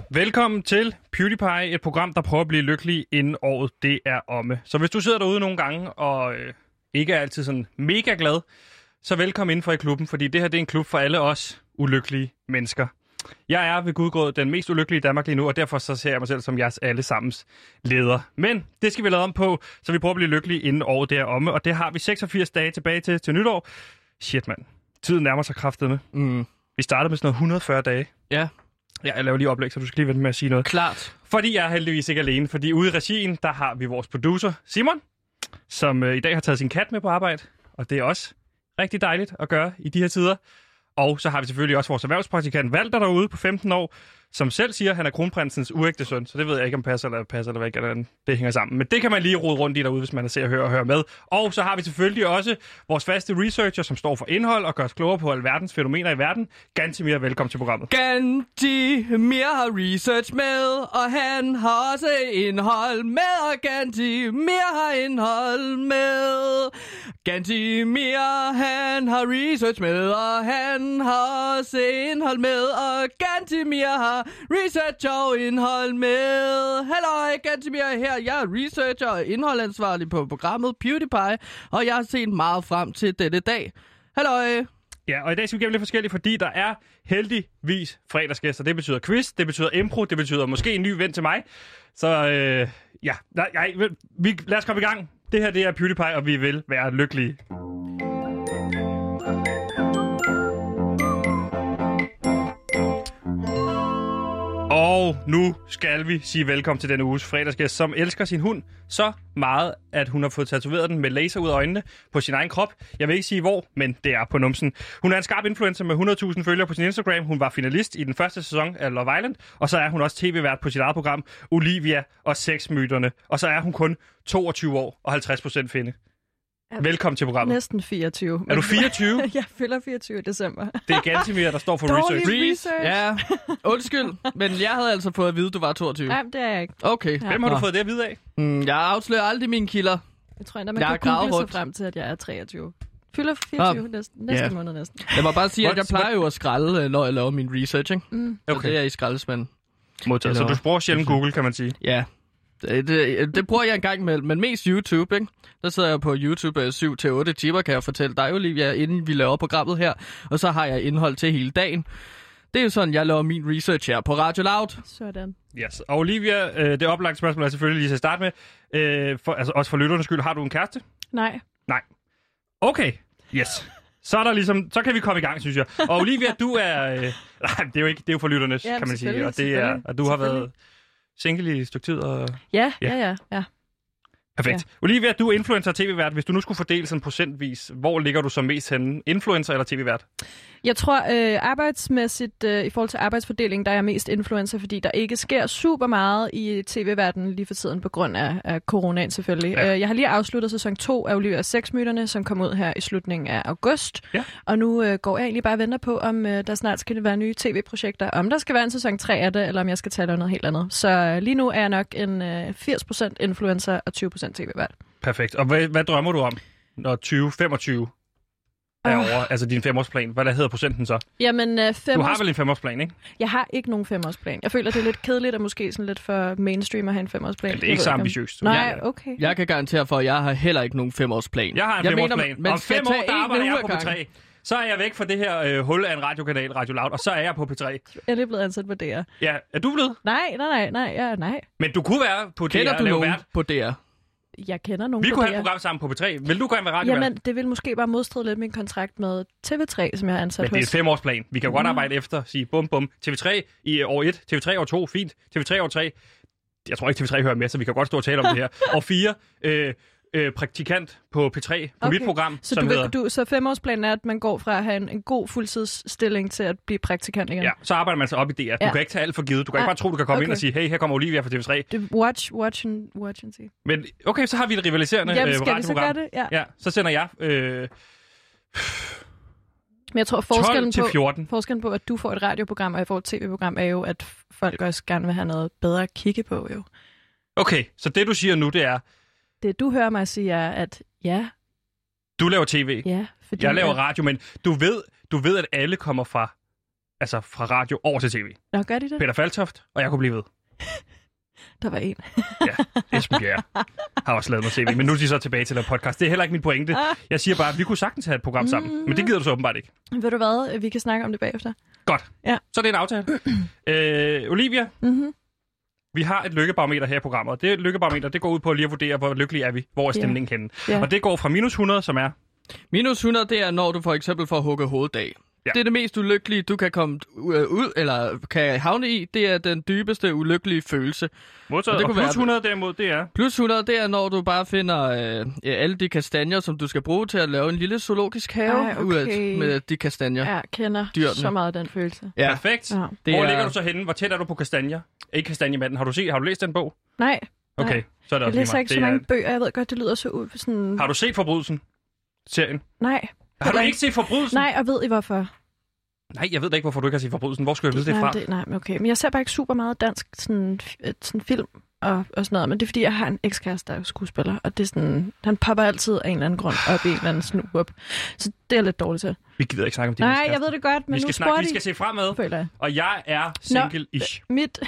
Velkommen til PewDiePie, et program, der prøver at blive lykkelig inden året det er omme. Så hvis du sidder derude nogle gange og ikke er altid sådan mega glad, så velkommen indenfor i klubben, fordi det her det er en klub for alle os ulykkelige mennesker. Jeg er ved Gudgrød den mest ulykkelige i Danmark lige nu, og derfor så ser jeg mig selv som jeres allesammens leder. Men det skal vi lade om på, så vi prøver at blive lykkelige inden året det er omme, og det har vi 86 dage tilbage til nytår. Shit, mand. Tiden nærmer sig kraftedeme. Vi startede med sådan noget 140 dage. Ja. Ja, jeg laver lige oplæg, så du skal lige vente med at sige noget. Klart. Fordi jeg er heldigvis ikke alene, fordi ude i regien, der har vi vores producer, Simon, som i dag har taget sin kat med på arbejde, og det er også rigtig dejligt at gøre i de her tider. Og så har vi selvfølgelig også vores erhvervspraktikant Walter derude på 15 år, som selv siger, at han er kronprinsens uægte søn, så det ved jeg ikke, om passer eller hvad, eller det hænger sammen. Men det kan man lige rode rundt i derude, hvis man ser og høre med. Og så har vi selvfølgelig også vores faste researcher, som står for indhold og gør os klogere på alverdens fænomener i verden. Gantimir, velkommen til programmet. Gantimir har research med, og han har også indhold med, og Gantimir har indhold med. Gantimir, han har research med, og han har også indhold med, og Gantimir har research og indhold med. Halløj, Gantimir her. Jeg er researcher og indholdansvarlig på programmet PewDiePie, og jeg har set meget frem til denne dag. Halløj. Ja, og i dag skal vi gennem lidt forskelligt, fordi der er heldigvis fredagsgæster. Det betyder quiz, det betyder impro, det betyder måske en ny ven til mig. Så lad os komme i gang. Det her det er PewDiePie, og vi vil være lykkelige. Og nu skal vi sige velkommen til denne uges fredagsgæst, som elsker sin hund så meget, at hun har fået tatoveret den med laser ud af øjnene på sin egen krop. Jeg vil ikke sige hvor, men det er på numsen. Hun er en skarp influencer med 100.000 følgere på sin Instagram. Hun var finalist i den første sæson af Love Island, og så er hun også tv-vært på sit eget program, Olivia og Sexmyterne. Og så er hun kun 22 år og 50% finde. Velkommen til programmet. Næsten 24. Er du 24? Jeg fylder 24 i december. Det er Gantimir, der står for research. Ja, undskyld, men jeg havde altså fået at vide, at du var 22. Nej, det er jeg ikke. Okay. Ja. Hvem har du fået det at vide af? Jeg afslører aldrig mine kilder. Jeg tror endda, man kan google sig frem til, at jeg er 23. Fylder 24 næste måned næsten. Jeg må bare sige, at jeg plejer jo at skralde, når jeg laver min research, ikke? Okay. Så det er i skraldespanden. Modtaget. Så du bruger sjældent Google, kan man sige. Ja. Det bruger jeg en gang med, men mest YouTube, ikke? Der sidder jeg på YouTube 7-8 timer, kan jeg fortælle dig, Olivia, inden vi laver programmet her. Og så har jeg indhold til hele dagen. Det er jo sådan, jeg laver min research her på Radio Loud. Sådan. Yes. Og Olivia, det oplagte spørgsmål er selvfølgelig lige til at starte med. Også for lytternes skyld, har du en kæreste? Nej. Okay. Yes. Så er der ligesom, så kan vi komme i gang, synes jeg. Og Olivia, du er... nej, det er jo for lytternes, kan man sige. Og det er, og du har været single i et stykke tid. Og... Ja. Perfekt. Ja. Olivia, du er influencer og tv-vært. Hvis du nu skulle fordele sådan procentvis, hvor ligger du så mest henne? Influencer eller tv-vært? Jeg tror arbejdsmæssigt, i forhold til arbejdsfordelingen, der er jeg mest influencer, fordi der ikke sker super meget i tv-verdenen lige for tiden på grund af coronaen selvfølgelig. Ja. Jeg har lige afsluttet sæson 2 af Olivia og Sexmyterne, som kom ud her i slutningen af august. Ja. Og nu går jeg egentlig bare og venter på, om der snart skal være nye tv-projekter. Om der skal være en sæson 3 af det, eller om jeg skal tale om noget helt andet. Så lige nu er jeg nok en 80% influencer og 20% tv-vært. Perfekt. Og hvad drømmer du om, når 2025 er over? Altså din 5-årsplan. Hvad der hedder procenten så? Jamen, du har vel en 5-årsplan, ikke? Jeg har ikke nogen 5-årsplan. Jeg føler, det er lidt kedeligt og måske sådan lidt for mainstream at have en 5-årsplan. Ja, det er ikke så ambitiøst. Nej, okay. Jeg kan garantere for, at jeg har heller ikke nogen 5-årsplan. Jeg har en 5-årsplan. Om 5 år, der arbejder jeg på P3. Så er jeg væk fra det her hul af en radiokanal, Radio Loud, og så er jeg på P3. Jeg er lige blevet ansat på DR. Ja, er du blevet? Nej. Men du kunne være på DR. Kender du nogen på DR? Jeg kender nogen. Vi kunne have et program sammen på P3. Vil du gerne være radiovært? Jamen, det vil måske bare modstride lidt min kontrakt med TV3, som jeg har ansat hos. Men det er 5-årsplan. Vi kan godt arbejde efter, sige bum bum. TV3 i år 1, TV3 år 2, fint. TV3 år 3. Jeg tror ikke, TV3 hører med, så vi kan godt stå og tale om det her. Og 4, praktikant på P3 på mit program, så som hedder... Så 5-årsplanen er, at man går fra at have en god fuldtidsstilling til at blive praktikant igen? Ja, så arbejder man sig op i DR. Du kan ikke tage alt for givet. Du kan ikke bare tro, du kan komme ind og sige, hey, her kommer Olivia fra TV3. Watch and see. Men okay, så har vi et rivaliserende radioprogram. Skal vi så gøre det? Ja, så sender jeg... Men jeg tror, forskellen på, at du får et radioprogram, og jeg får et tv-program, er jo, at folk også gerne vil have noget bedre at kigge på, jo. Okay, så det du siger nu, det er... Det du hører mig sige er, at ja... Du laver tv. Ja, fordi... Jeg laver radio, men du ved, at alle kommer fra altså fra radio over til tv. Nå, gør de det? Peter Faltoft, og jeg kunne blive ved. Der var en. Ja, Esben Bjerre har også lavet noget tv, men nu er de så tilbage til den podcast. Det er heller ikke min pointe. Jeg siger bare, at vi kunne sagtens have et program sammen, men det gider du så åbenbart ikke. Ved du hvad? Vi kan snakke om det bagefter. Godt. Ja. Så er det en aftale. Olivia, vi har et lykkebarometer her i programmet. Det lykkebarometer, det går ud på lige at vurdere, hvor lykkelige er vi, hvor er stemningen henne. Yeah. Og det går fra minus 100, som er... Minus 100, det er, når du for eksempel får hugget hoveddag. Ja. Det er det mest ulykkelige, du kan komme ud, eller kan havne i. Det er den dybeste ulykkelige følelse. Modtaget. Og plus 100 derimod, det er... Plus 100, det er, når du bare finder alle de kastanjer, som du skal bruge til at lave en lille zoologisk have ud af med de kastanjer. Ja, kender dyrene. Så meget den følelse. Ja. Perfekt. Ja. Hvor ligger du så henne? Hvor tæt er du på kastanjer? Ikke kastanjemanden. Har du læst den bog? Nej. Okay, så er det også jeg læser ikke så mange bøger. Jeg ved godt, det lyder så ud sådan... Har du set Forbrydelsen? Serien? Nej. Har du ikke set Forbrydelsen? Nej, og ved I hvorfor? Nej, jeg ved da ikke, hvorfor du ikke har set Forbrydelsen. Hvor skulle jeg vide det fra? Nej, okay. Men jeg ser bare ikke super meget dansk sådan film og sådan noget. Men det er, fordi jeg har en ekskæreste, der er skuespiller. Og det er sådan, han popper altid af en eller anden grund op i en eller anden snup. Så det er lidt dårligt til. Vi gider ikke snakke om det. Nej, jeg ved det godt, men vi skal se fremad. Føler jeg. Og jeg er single-ish.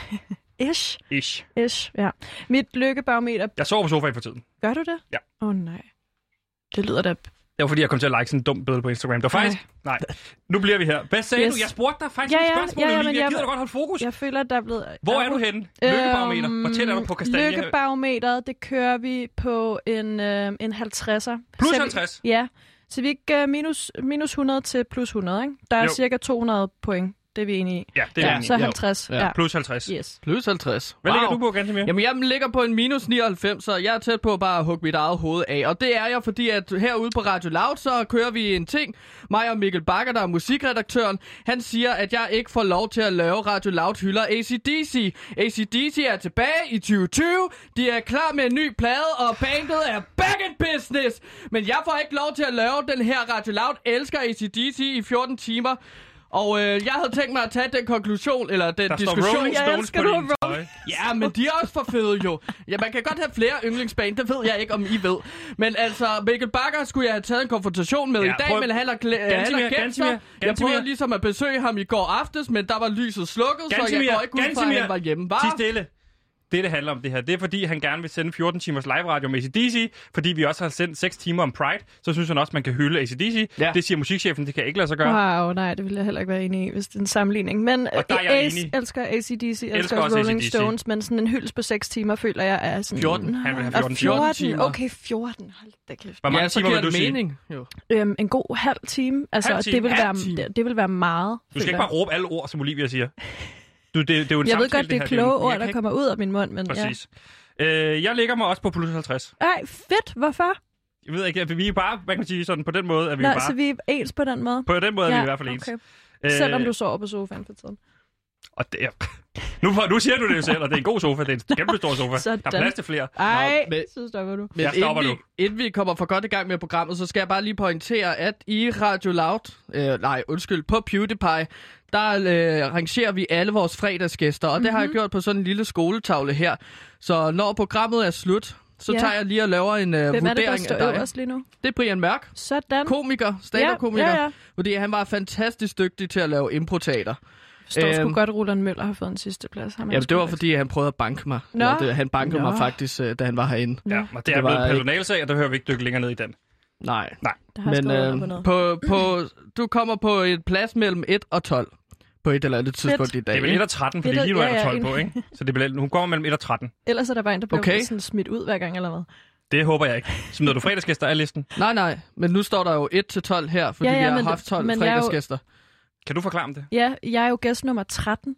Ish, ja. Mit lykkebarometer... Jeg sover på sofaen for tiden. Gør du det? Ja. Nej. Det lyder da... Det var fordi, jeg kom til at like sådan en dum billede på Instagram. Det var faktisk... Nej. Nu bliver vi her. Hvad sagde du? Jeg spurgte dig faktisk et spørgsmål, Olivia. Jeg gider da godt holde fokus. Jeg føler, at der er blevet... Hvor er du henne? Lykkebarometer. Hvor tæt er du på kastanje? Lykkebarometeret, det kører vi på en 50'er. Plus 50? Ja. Så vi ikke minus 100 til plus 100, ikke? Der er cirka 200 point. Det er vi enige i. Ja, det er vi enige i. Så 50. Ja. Plus 50. Yes. Plus 50. Hvad ligger du på, Gantemir? Jamen, jeg ligger på en minus 99, så jeg er tæt på bare at hugge mit eget hoved af. Og det er jeg, fordi at herude på Radio Loud, så kører vi en ting. Mig og Mikkel Bakker, der er musikredaktøren, han siger, at jeg ikke får lov til at lave Radio Loud hylder AC/DC. AC/DC er tilbage i 2020. De er klar med en ny plade, og bandet er back in business. Men jeg får ikke lov til at lave den her Radio Loud elsker AC/DC i 14 timer. Og jeg havde tænkt mig at tage den konklusion, eller den der diskussion. Jeg elsker du Ja, men de er også for fede jo. Ja, man kan godt have flere yndlingsband, det ved jeg ikke, om I ved. Men altså, Mikkel Bakker skulle jeg have taget en konfrontation med i dag, men han har gemt sig. Jeg prøvede ligesom at besøge ham i går aftes, men der var lyset slukket, så jeg går ikke ud fra, at han var hjemme. Sig stille. Det handler om det her, det er fordi, han gerne vil sende 14 timers live-radio med AC/DC, fordi vi også har sendt 6 timer om Pride, så synes han også, man kan hylde AC/DC. Ja. Det siger musikchefen, det kan ikke lade sig gøre. Wow, nej, det vil jeg heller ikke være enig i, hvis det er en sammenligning. Men elsker AC/DC, elsker også Rolling Stones, men sådan en hyldest på 6 timer, føler jeg er sådan... 14, han vil have 14 timer. Okay, 14, hold da kæft. Hvor mange timer vil du sige? En god halv time, altså det vil være meget. Du skal ikke bare råbe alle ord, som Olivia siger. Det er jo en jeg ved godt, det er kloge ord, der kommer ud af min mund, men præcis. Ja. Jeg ligger mig også på plus 50. Ej, fedt. Hvorfor? Jeg ved ikke, vi er bare, hvad kan man sige, sådan på den måde, at vi bare... så vi er ens på den måde? På den måde er vi i hvert fald ens. Okay. Selvom du sover på sofaen for tiden. Og det er... Nu siger du det jo selv, og det er en god sofa, det er en kæmpe stor sofa. Sådan. Der er plads til flere. Ej, så stopper du. Men inden vi kommer for godt i gang med programmet, så skal jeg bare lige pointere, at i Radio Loud, på PewDiePie, der rangerer vi alle vores fredagsgæster, og det har jeg gjort på sådan en lille skoletavle her. Så når programmet er slut, så tager jeg lige og laver en vurdering af dig. Hvem er det, der står øverst lige nu? Det er Brian Mørk. Sådan. Komiker, stand-up-komiker. Ja. Fordi han var fantastisk dygtig til at lave improteater. Jeg sgu godt, Roland Møller har fået en sidste plads. Ja, det var fordi, han prøvede at banke mig. Han bankede mig faktisk, da han var herinde. Ja, og det er blevet personalsag, og der hører vi ikke dykke længere ned i den. Nej. Men du kommer på et plads mellem 1 og 12 på et eller andet tidspunkt i dag. Det er vel 1 og 13, fordi lige nu er der 12 på, ikke? Så det hun kommer mellem 1 og 13. Ellers er der bare en, der bliver sådan smidt ud hver gang, eller hvad? Det håber jeg ikke. Som når du fredagsgæster af listen? Nej, men nu står der jo 1 til 12 her, fordi vi har haft 12 fredagsgæster. Kan du forklare om det? Ja, jeg er jo gæst nummer 13.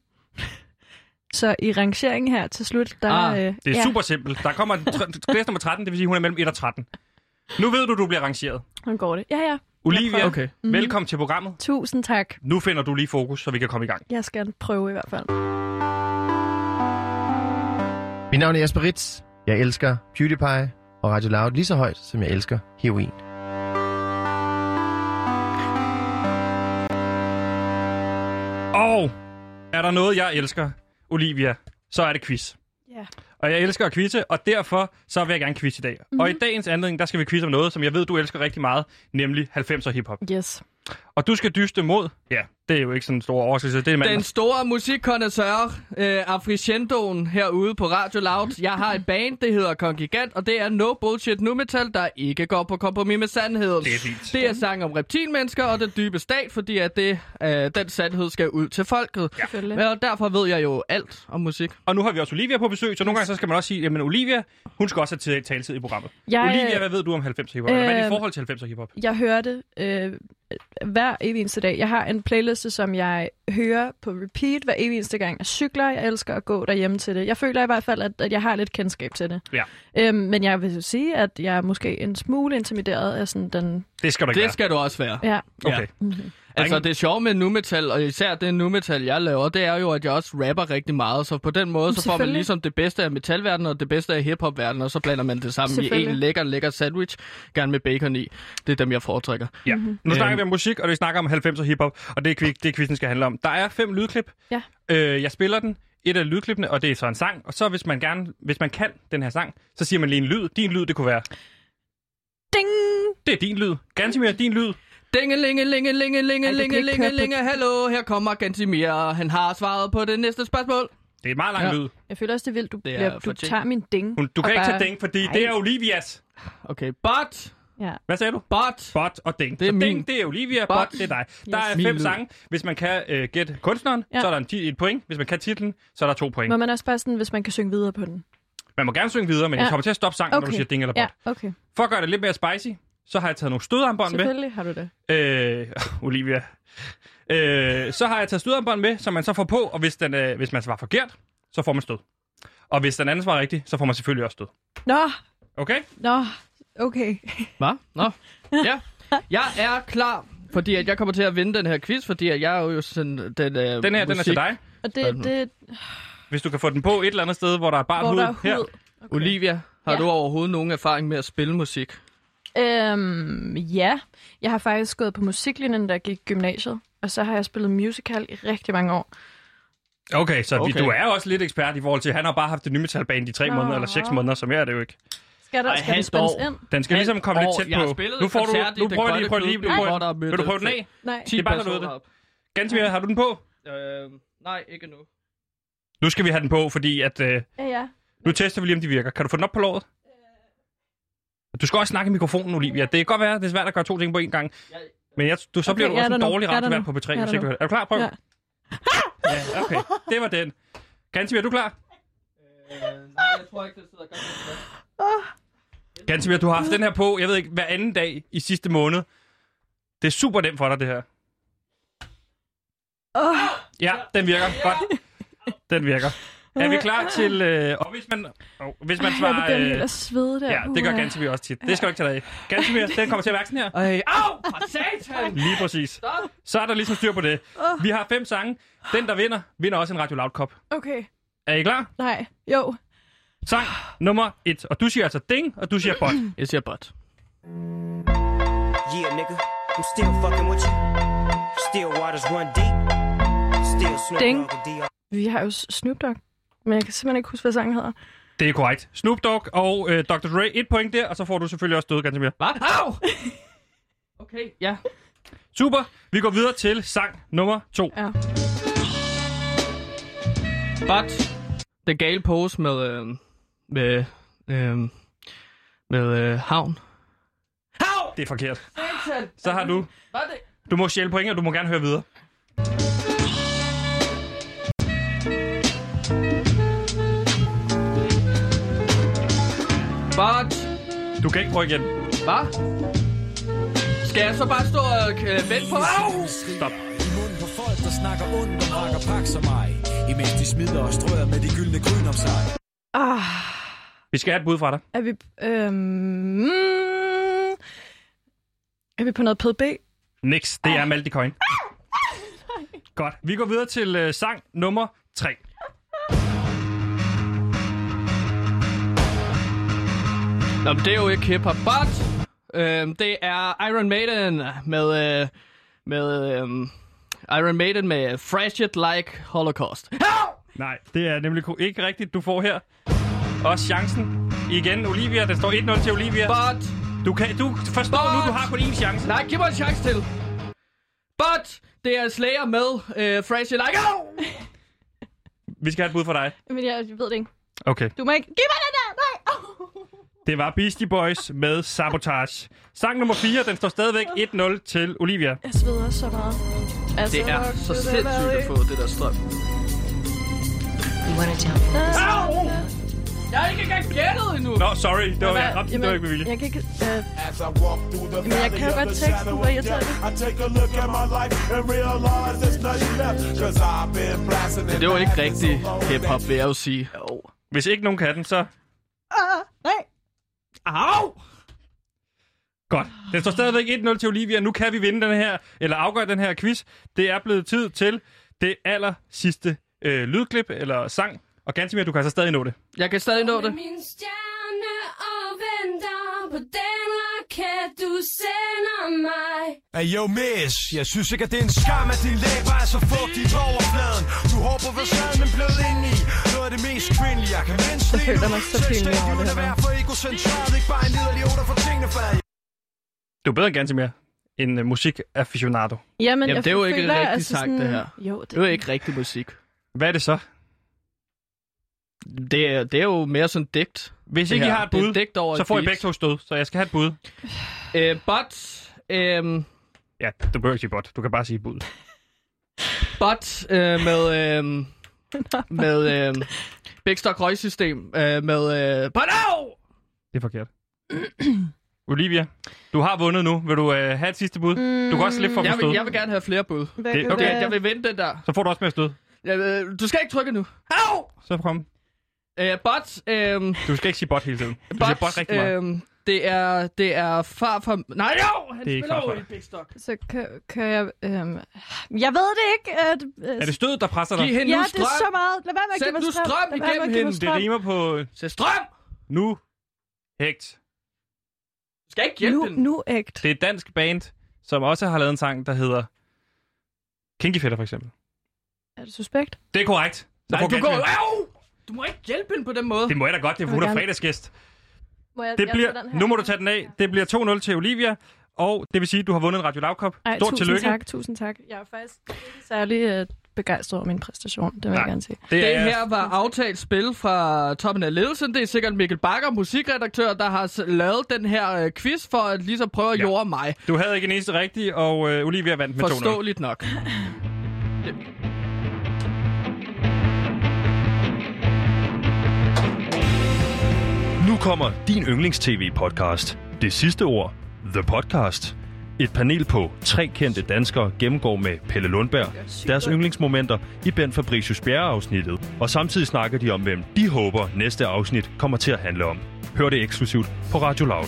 Så i rangeringen her til slut, der... det er super simpelt. Der kommer gæst nummer 13, det vil sige, hun er mellem 1 og 13. Nu ved du bliver rangeret. Hvordan går det? Ja. Olivia, velkommen til programmet. Tusind tak. Nu finder du lige fokus, så vi kan komme i gang. Jeg skal prøve i hvert fald. Mit navn er Jesper Ritz. Jeg elsker PewDiePie og Radio Loud lige så højt, som jeg elsker heroin. Og er der noget, jeg elsker, Olivia, så er det quiz. Ja. Og jeg elsker at quizze, og derfor så vil jeg gerne quizze i dag. Og i dagens anledning, der skal vi quizze om noget, som jeg ved, du elsker rigtig meget, nemlig 90'er hiphop. Yes. Og du skal dyste mod... Ja, det er jo ikke sådan en stor overraskelse. Det er Den store musikkonnoisseur, Africiendoen herude på Radio Loud. Jeg har et band, det hedder Kongigant, og det er no bullshit nu metal, der ikke går på kompromis med sandheden. Det er fint. Det er sang om reptilmennesker og den dybe stat, fordi at den sandhed skal ud til folket. Selvfølgelig. Og derfor ved jeg jo alt om musik. Og nu har vi også Olivia på besøg, så nogle gange så skal man også sige, jamen Olivia, hun skal også have taletid i programmet. Olivia, hvad ved du om 90'er hiphop? Eller hvad er dit forhold til 90'er hiphop? Jeg hører det hver evig eneste dag. Jeg har en playliste, som jeg hører på repeat hver evig eneste gang. Jeg cykler, jeg elsker at gå derhjemme til det. Jeg føler i hvert fald, at jeg har lidt kendskab til det. Ja. Men jeg vil sige, at jeg er måske en smule intimideret af sådan den... Det skal du ikke Det skal du også være. Ja. Okay. Ja. Mm-hmm. Altså, det sjove med nu-metal, og især det nu-metal, jeg laver, det er jo, at jeg også rapper rigtig meget. Så på den måde, så får man ligesom det bedste af metalverdenen og det bedste af hiphop-verdenen, og så blander man det sammen i en lækker sandwich, gerne med bacon i. Det er dem, jeg foretrækker. Ja. Nu snakker vi om musik, og vi snakker om 90'er hiphop, og det er quizzen skal handle om. Der er 5 lydklip. Ja. Jeg spiller den. Et af lydklippene, og det er så en sang. Og så hvis man kan den her sang, så siger man lige en lyd. Din lyd, det kunne være... Ding! Det er din lyd. Gansimir, din lyd. Dingelingelingelingelingelingelinge. Hallo, her kommer Gansimir. Han har svaret på det næste spørgsmål. Det er et meget lang lyd. Jeg føler også, det er vildt. Du fortjent. tager min ding. Du kan ikke tage ding, fordi det er Olivias. Okay, but... Ja. Hvad sagde du? But og ding. Det er så min. Ding, det er Olivia, but det er dig. Der er 5 sange. Hvis man kan gætte kunstneren, så er der et point. Hvis man kan titlen, så er der 2 point. Må man også bare sådan, hvis man kan synge videre på den? Man må gerne synge videre, men jeg kommer til at stoppe sangen, når du siger ding eller but. Ja, okay. For at gøre det lidt mere spicy, så har jeg taget nogle stødarmbånd med. Selvfølgelig har du det. Olivia. Så har jeg taget stødarmbånd med, som man så får på, og hvis man svarer forkert, så får man stød. Og hvis den anden svarer rigtigt, så får man selvfølgelig også stød. Nå. Okay? Nå. Okay. Hvad? Nå. Ja. Jeg er klar, fordi at jeg kommer til at vinde den her quiz, fordi at jeg er jo sådan den Den her, musik. den er til dig. Og det... Hvis du kan få den på et eller andet sted, hvor der er bare hud. Her. Okay. Olivia, har du overhovedet nogen erfaring med at spille musik? Ja. Jeg har faktisk gået på musiklinjen, da jeg gik i gymnasiet. Og så har jeg spillet musical i rigtig mange år. Okay, så du er også lidt ekspert i forhold til, han har bare haft det nye metalband i 3 måneder eller 6 måneder, som er det jo ikke. Skal den spændes ind? Den skal ligesom komme lidt tæt på. Nu får du prøver lige. Vil du prøve den af? Nej. Det er bare, når du ved det. Gansimir, har du den på? Nej, ikke nu. Nu skal vi have den på, fordi at... Ja. Nu tester vi lige, om de virker. Kan du få den op på låret? Du skal også snakke i mikrofonen, Olivia. Det kan godt være, det er svært at gøre 2 ting på én gang. Men så bliver du også en dårlig radiovært på B3. Er du klar? Prøv. Ja, okay. Det var den. Gansimir, er du klar? Nej, jeg tror ikke, det sidder godt. Gansimir, du har haft den her på, jeg ved ikke, hver anden dag i sidste måned. Det er super nemt for dig, det her. Ja, den virker. Godt. Den virker. Er vi klar til... og hvis man svarer... Jeg begynder at svede der. Ja, det gør Gansimir også tit. Det skal du ikke tage dig af. Gansimir, den kommer til at værke sådan her. Au! For satan! Lige præcis. Så er der ligesom styr på det. Vi har 5 sange. Den, der vinder også en Radio Loud Cup. Okay. Er I klar? Nej. Jo. Sang nummer 1. Og du siger altså ding, og du siger bot. Jeg siger bot. Yeah, nigga. I'm still fucking with you. Still waters run deep. Still Snoop Ding. Dogg. Vi har jo Snoop Dogg. Men jeg kan simpelthen ikke huske, hvad sangen hedder. Det er korrekt. Snoop Dogg og Dr. Dre. 1 point der, og så får du selvfølgelig også død, Gansimir. Hvad? Au! Okay, ja. Super. Vi går videre til sang nummer 2. Ja. But The Gale Pose med havn. Det er forkert. Så har du... Du må stjæle point, og du må gerne høre videre. But... Du kan ikke prøve igen. Hvad? Skal jeg så bare stå og vente på? Au! Stop. I munden på folk, der snakker ondt om rak og pak som mig. Imens de smider og strøger med de gyldne gryn om sig. Vi skal have et bud fra dig. Er vi på noget PDB? Nix, det er Maldi Coin. Godt. Vi går videre til sang nummer 3. Nå, men det er jo ikke hip-hop, but det er Iron Maiden med Fresh It Like Holocaust. Nej, det er nemlig ikke rigtigt, du får her. Også chancen. Igen, Olivia. Den står 1-0 til Olivia. But... Du forstår nu, du har kun én chance. Nej, giv mig en chance til. But det er Slayer med Phrase Like Oh! Vi skal have et bud for dig. Men jeg ved det ikke. Okay. Du må ikke... Giv mig den der! Nej! Det var Beastie Boys med Sabotage. Sang nummer 4, den står stadigvæk 1-0 til Olivia. Jeg sveder så meget. Altså, Det er så sindssygt at få det der strøm. Au! Jeg har ikke engang gættet endnu. Nå, sorry. Det var jeg ramte. Det var ikke med vilje. Jeg kan ikke... men jeg kan jo godt teksten, hvor jeg tager det. Men det var ikke rigtig hip-hop, vil jeg jo sige. Hvis ikke nogen kan den, så... Nej. Au! Godt. Den står stadigvæk 1-0 til Olivia. Nu kan vi vinde den her, eller afgøre den her quiz. Det er blevet tid til det aller sidste lydklip, eller sang. Og Gantimir, du kan altså stadig nå det. Jeg kan stadig nå det. Min stjerne og venter på den raket, du sender mig. Hey yo, miss. Jeg synes ikke, at det er en skam, at din læber er så fugtig på overfladen. Du håber, hvad sladen er blevet ind i. Noget af det mest kvindelige, jeg kan mindst lige nu. Jeg føler mig så pinlig over det her. For egocentralt, ikke bare en liderlig otter for tingene fad. Du er bedre end Gantimir. En musikaficionado. Jamen, det er jo ikke føler, rigtig altså sagt, sådan... det her. Jo, Det er jo ikke rigtig musik. Hvad er det så? Det er jo mere sådan digt. Hvis ikke I har et bud, digt over så får I begge to stød. Så jeg skal have et bud. Ja, du behøver ikke sige bot. Du kan bare sige bud. med Big Stock Røgsystem med Panau! Det er forkert. Olivia, du har vundet nu. Vil du have et sidste bud? Du kan også slippe for at få stød. Jeg vil gerne have flere bud. Okay. Jeg vil vente den der. Så får du også mere stød. Du skal ikke trykke nu. Au! Så kom. Du skal ikke sige bot hele tiden. Du siger bot rigtig meget. Det er far fra... Nej, jo! Han spiller jo i Big Stock. Så kan jeg... jeg ved det ikke. Er det stødet, der presser dig? Giv hende ja, nu det er så meget. Lad være med at give mig strøm. Sæt nu strøm igennem hende. Det rimer på... Sæt strøm! Nu. Hægt. Du skal ikke hjælpe hende. Nu ægt. Det er et dansk band, som også har lavet en sang, der hedder... Kinky Fætter, for eksempel. Er det suspekt? Det er korrekt. Nej, du går... Au! Du må ikke hjælpe hende på den måde. Det må jeg da godt. Det er for hun er fredagsgæst. Nu må du tage den af. Det bliver 2-0 til Olivia, og det vil sige, at du har vundet en Radio Loud Cup. Stort tillykke. Tusind tak. Jeg er faktisk ikke særlig begejstret over min præstation, det vil jeg gerne sige. Det her var aftalt spil fra toppen af ledelsen. Det er sikkert Mikkel Bakker, musikredaktør, der har lavet den her quiz for at ligesom prøve at jorde mig. Du havde ikke en eneste rigtig, og Olivia vandt med 2-0. Forståeligt nok. Nu kommer din yndlings-tv-podcast. Det sidste ord. The Podcast. Et panel på 3 kendte danskere gennemgår med Pelle Lundberg deres yndlingsmomenter i Bent Fabricius Bjerre-afsnittet. Og samtidig snakker de om, hvem de håber næste afsnit kommer til at handle om. Hør det eksklusivt på Radio Loud.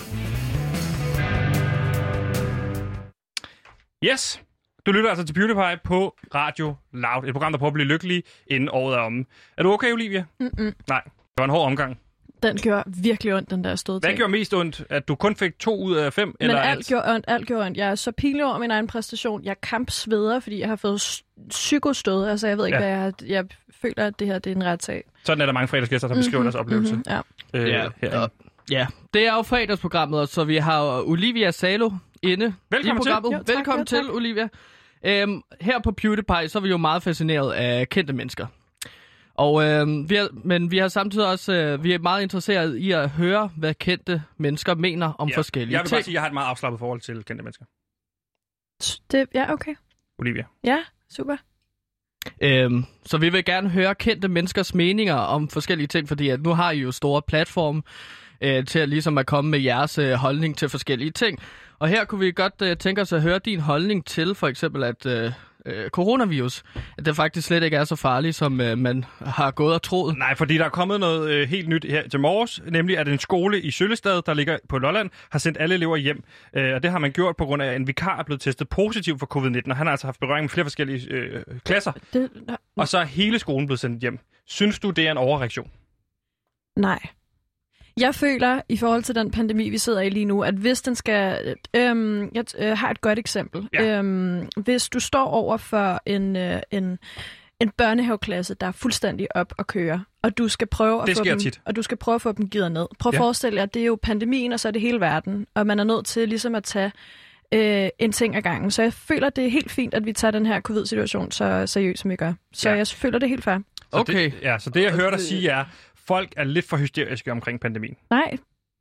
Yes! Du lytter altså til PewDiePie på Radio Loud. Et program, der prøver at blive lykkelig, inden året er omme. Er du okay, Olivia? Nej, det var en hård omgang. Den gjorde virkelig ondt, den der stød. Hvad gjorde mest ondt? At du kun fik 2 ud af 5? Men alt gjorde ondt. Jeg er så pinlig over min egen præstation. Jeg kampsveder, fordi jeg har fået psykostød. Altså, jeg ved ikke, hvad jeg føler, at det her det er en retssag. Sådan er der mange fredagsgæster, der beskriver deres oplevelse. Ja, det er jo fredagsprogrammet, så vi har Olivia Salo inde i programmet. Jo, tak, Velkommen til, Olivia. Her på PewDiePie, så er vi jo meget fascineret af kendte mennesker. Og vi har samtidig også vi er meget interesseret i at høre, hvad kendte mennesker mener om forskellige ting. Jeg vil bare sige, at jeg har et meget afslappet forhold til kendte mennesker. Ja, okay. Olivia. Ja, super. Så vi vil gerne høre kendte menneskers meninger om forskellige ting, fordi at nu har I jo store platforme til at ligesom at komme med jeres holdning til forskellige ting. Og her kunne vi godt tænke os at høre din holdning til for eksempel, at coronavirus, at det faktisk slet ikke er så farligt, som man har gået og troet. Nej, fordi der er kommet noget helt nyt her til morges, nemlig at en skole i Søllestad, der ligger på Lolland, har sendt alle elever hjem. Og det har man gjort på grund af, at en vikar er blevet testet positiv for covid-19, og han har altså haft berøring med flere forskellige klasser. Og så er hele skolen blevet sendt hjem. Synes du, det er en overreaktion? Nej. Jeg føler, i forhold til den pandemi, vi sidder i lige nu, at hvis den skal... jeg har et godt eksempel. Ja. Hvis du står over for en børnehaveklasse, der er fuldstændig op at køre, og du skal prøve at få dem givet ned. Prøv at forestille jer, at det er jo pandemien, og så er det hele verden. Og man er nødt til ligesom at tage en ting ad gangen. Så jeg føler, det er helt fint, at vi tager den her covid-situation så seriøst, som vi gør. Så jeg føler, det er helt fair. Okay. Så det jeg hører dig sige er, folk er lidt for hysteriske omkring pandemien. Nej,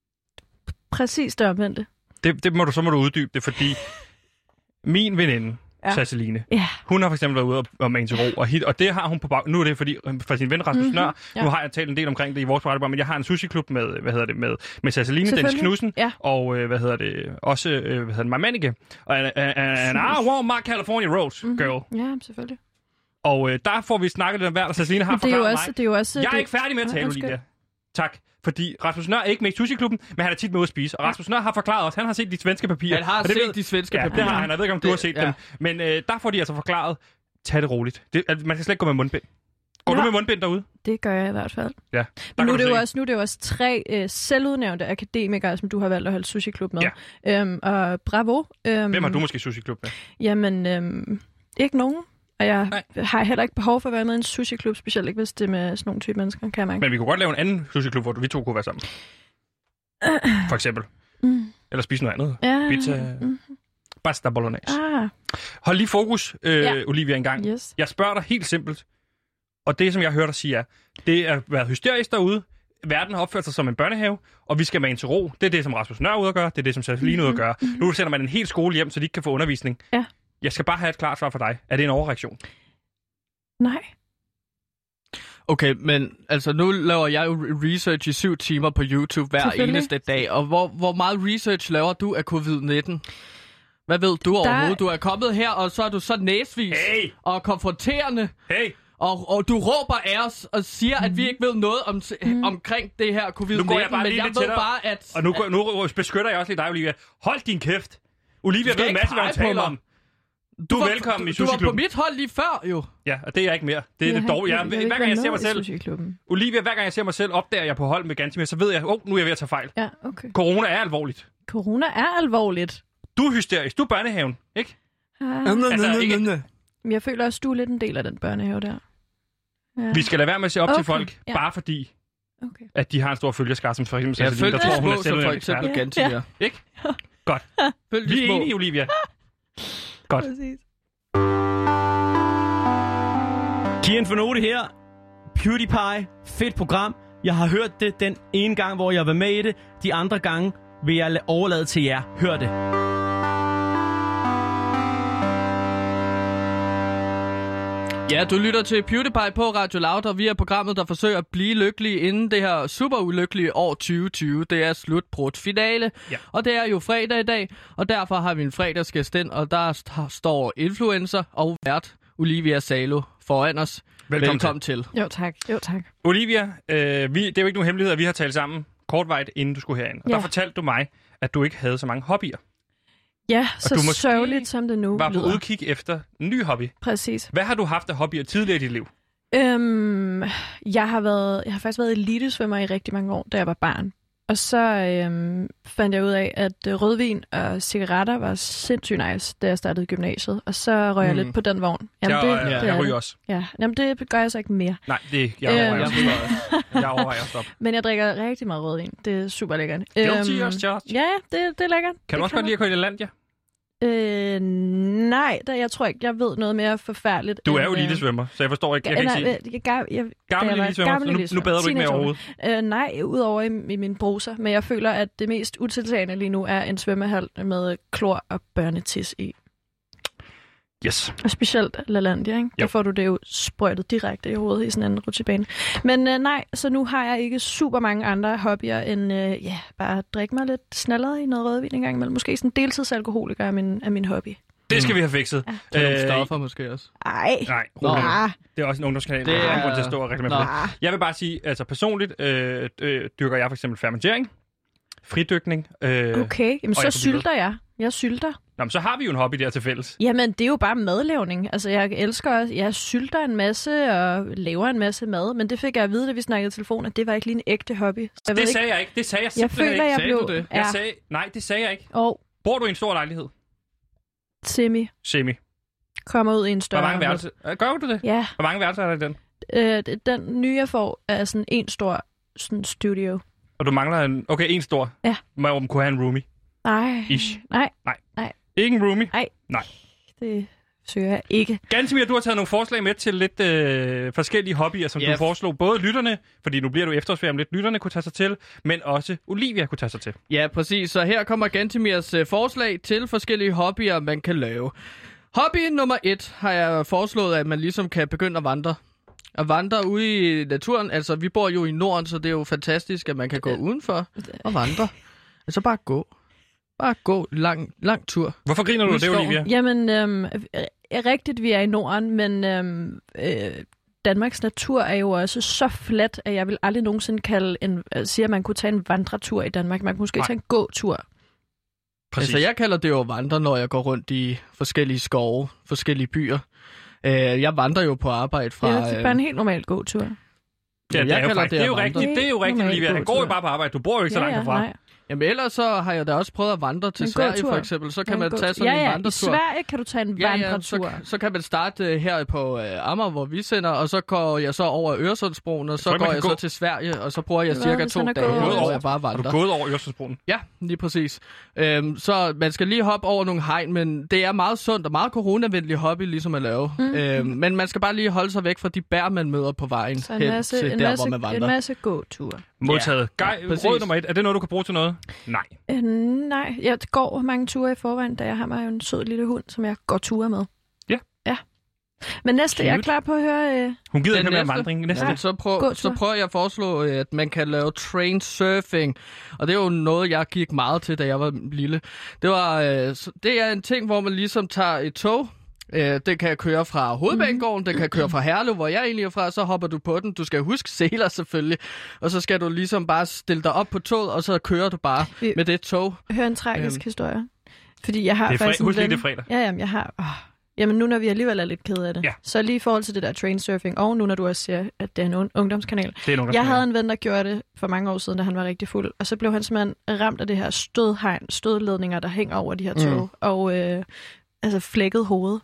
præcis det omvendte. Så må du uddybe det, fordi min veninde, Sasseline, hun har for eksempel været ude og mane til ro, og det har hun på nu er det fordi, for sin ven Rasmus Nør, nu har jeg talt en del omkring det i vores radioprogram, men jeg har en sushi-klub med Sasseline, Dennis Knudsen, og også Marmanike, and I want my California rolls, girl. Ja, selvfølgelig. Og der får vi snakket lidt om hver, og Sasseline har forklaret mig. Det er jo også, jeg er ikke færdig med at tale, Olivia. Tak. Fordi Rasmus Nør er ikke med i sushi-klubben, men han er tit med at spise. Og Rasmus Nør har forklaret os, han har set de svenske papirer. Han har set de svenske papirer. Ja, det har han. Jeg ved ikke, om du har set dem. Men der får de altså forklaret, tag det roligt. Man skal slet ikke gå med mundbind. Går du med mundbind derude? Det gør jeg i hvert fald. Ja. Men nu er det jo også 3 selvudnævnte akademikere, som du har valgt at holde sushi-klub med. Ja. Og bravo. Hvem har du måske sushi-klub med? Jamen, ikke nogen. Og jeg har heller ikke behov for at være med i en sushi-klub, specielt ikke hvis det er med sådan nogle type mennesker, kan jeg mærke. Men vi kunne godt lave en anden sushi-klub, hvor vi to kunne være sammen. For eksempel. Eller spise noget andet. Pizza. Pasta bolognese. Hold lige fokus, Olivia, en gang. Yes. Jeg spørger dig helt simpelt. Og det, som jeg hørte dig sige, er, det er været hysterisk derude. Verden har opført sig som en børnehave, og vi skal mane til ro. Det er det, som Rasmus Nør er ude at gøre. Det er det, som Sasseline er ude at gøre. Nu sender man en hel skole hjem, så de ikke kan få undervisning. Ja. Jeg skal bare have et klart svar for dig. Er det en overreaktion? Nej. Okay, men altså nu laver jeg jo research i 7 timer på YouTube hver eneste dag. Og hvor meget research laver du af covid-19? Hvad ved du overhovedet? Du er kommet her, og så er du så næsvis og konfronterende. Og du råber af os og siger, at vi ikke ved noget omkring det her covid-19. Nu går jeg bare men lige jeg lidt ved tættere. bare, at... Og nu beskytter jeg også lige dig, Olivia. Hold din kæft. Olivia ved en masse, hvad hun taler om. Du er velkommen i sushi-klubben. Du var på mit hold lige før, jo. Ja, og det er jeg ikke mere. Det er det dårlige. Hver gang jeg ser mig selv... Olivia, hver gang jeg ser mig selv, opdager jeg på hold med Gantimir, så ved jeg, nu er jeg ved at tage fejl. Ja, okay. Corona er alvorligt. Corona er alvorligt. Du er hysterisk. Du er børnehaven, ikke? Jeg føler også, du er lidt en del af den børnehave der. Ja. Vi skal lade være med at se op til folk, bare fordi, at de har en stor følgerskare, som for eksempel Sasseline, der tror, hun er selv en ekspert. Gantimir. Ikke? Godt. Vi er enige, Olivia. Godt. Præcis. Kian Fornote her. PewDiePie. Fedt program. Jeg har hørt det den ene gang, hvor jeg var med i det. De andre gange vil jeg overlade til jer. Hør det. Ja, du lytter til PewDiePie på Radio Loud, og vi er programmet, der forsøger at blive lykkelige inden det her super ulykkelige år 2020. Det er slutbrudt finale, og det er jo fredag i dag, og derfor har vi en fredagsgæst ind, og der står influencer og vært Olivia Salo foran os. Velkommen til. Jo tak. Olivia, det er jo ikke nogen hemmelighed, at vi har talt sammen kortvejt, inden du skulle herind. Og der fortalte du mig, at du ikke havde så mange hobbyer. Ja, og så sørgeligt som det nu var på udkig efter en ny hobby. Præcis. Hvad har du haft af hobbyer tidligere i dit liv? Jeg har faktisk været elitesvømmer i rigtig mange år, da jeg var barn. Og så fandt jeg ud af, at rødvin og cigaretter var sindssygt nice, da jeg startede gymnasiet. Og så røg jeg lidt på den vogn. Jamen, jeg ryger også. Ja, jamen det gør jeg så ikke mere. Nej, jeg overvejer at stoppe. Men jeg drikker rigtig meget rødvin. Det er super lækkert. Guilty as charged. Ja, det er lækkert. Kan du også godt lide at køre i Lalandia? Nej, jeg tror ikke, jeg ved noget mere forfærdeligt. Du er jo elitesvømmer, så jeg forstår ikke. Gammel elitesvømmer, nu bader du ikke mere overhovedet? Nej, udover i min bruser. Men jeg føler, at det mest utiltagende lige nu er en svømmehal med klor og børnetis i. Yes. Og specielt Lalandia, ikke? Der får du det jo sprøjtet direkte i hovedet i sådan en rutsjebane. Men nej, så nu har jeg ikke super mange andre hobbyer end bare at drikke mig lidt snallere i noget rødvin en gang imellem. Måske sådan deltidsalkoholiker er min hobby. Det skal vi have fikset. Ja. Nogle stoffer måske også. Nej. Det er også en ungdomskanal, der er grund til at stå og reklamere for det. Jeg vil bare sige, altså personligt dyrker jeg for eksempel fermentering, fridykning. Okay, jamen så sylter jeg. Jeg sylter. Nå, men så har vi jo en hobby der til fælles. Jamen, det er jo bare madlavning. Altså, jeg elsker også, jeg sylter en masse og laver en masse mad, men det fik jeg at vide, da vi snakkede i telefon, at det var ikke lige en ægte hobby. Det sagde jeg ikke. Det sagde jeg simpelthen ikke. Jeg føler, jeg blev... Jeg sagde, nej, det sagde jeg ikke. Bor du i en stor lejlighed? Semi. Kommer ud i en større. Hvor mange værelser? Gør du det? Ja. Hvor mange værelser er der i den? Den nye, jeg får, er sådan en stor sådan studio. Og du mangler en stor? Ja. Må kunne have en roomie? Nej. Ish. Nej. Ikke en roomie? Nej. Det søger jeg ikke. Gansimir, du har taget nogle forslag med til lidt forskellige hobbyer, som du foreslog. Både lytterne, fordi nu bliver du efterårsferie om lidt, lytterne kunne tage sig til, men også Olivia kunne tage sig til. Ja, præcis. Så her kommer Gantimirs forslag til forskellige hobbyer, man kan lave. Hobby nummer 1 har jeg foreslået, at man ligesom kan begynde at vandre. At vandre ude i naturen. Altså, vi bor jo i Norden, så det er jo fantastisk, at man kan gå udenfor og vandre. Altså, bare gå. Bare gå lang tur. Hvorfor griner du det, Olivia? Jamen, rigtigt, vi er i Norden, men Danmarks natur er jo også så flat, at jeg vil aldrig nogensinde sige, at man kunne tage en vandretur i Danmark. Man kunne måske tage en gåtur. Præcis. Altså, jeg kalder det jo vandre, når jeg går rundt i forskellige skove, forskellige byer. Jeg vandrer jo på arbejde fra... Ja, det er bare en helt normal gåtur. Det er jo rigtigt, Olivia. Han går jo bare på arbejde. Du bor jo ikke så langt herfra. Nej. Jamen ellers så har jeg da også prøvet at vandre til Sverige for eksempel. Så kan man tage sådan en vandretur. I Sverige kan du tage en vandretur. Så kan man starte her på Amager, hvor vi sender, og så går jeg så over Øresundsbroen, og så går jeg så til Sverige, og så bruger jeg cirka 2 dage, hvor jeg bare vandrer. Har du gået over Øresundsbroen? Ja, lige præcis. Så man skal lige hoppe over nogle hegn, men det er meget sundt og meget coronavenlig hobby ligesom at lave. Men man skal bare lige holde sig væk fra de bær, man møder på vejen hen til der, hvor man vandrer. En masse gåture. Modtaget. Råd nummer 1. Er det noget, du kan bruge til noget? Nej. Nej, jeg går mange ture i forvejen, da jeg har mig jo en sød lille hund, som jeg går ture med. Ja. Men næste, jeg er klar på at høre... Hun gider ikke med vandring. Næste. Ja. Så prøver jeg at foreslå, at man kan lave train surfing. Og det er jo noget, jeg gik meget til, da jeg var lille. Det er en ting, hvor man ligesom tager et tog. Det kan køre fra Hovedbanegården, det kan køre fra Herlev, hvor jeg egentlig er fra, så hopper du på den. Du skal huske seler selvfølgelig, og så skal du ligesom bare stille dig op på toget, og så kører du bare med det tog. Hør en tragisk historie. Fordi jeg har faktisk en ven... det er fredag. Ja, jeg har... Jamen nu når vi alligevel er lidt kede af det. Ja. Så lige i forhold til det der train surfing, og nu når du også siger, at det er en ungdomskanal. Jeg havde en ven, der gjorde det for mange år siden, da han var rigtig fuld. Og så blev han simpelthen ramt af det her stødledninger, der hænger over de her tog. Og flækket hoved.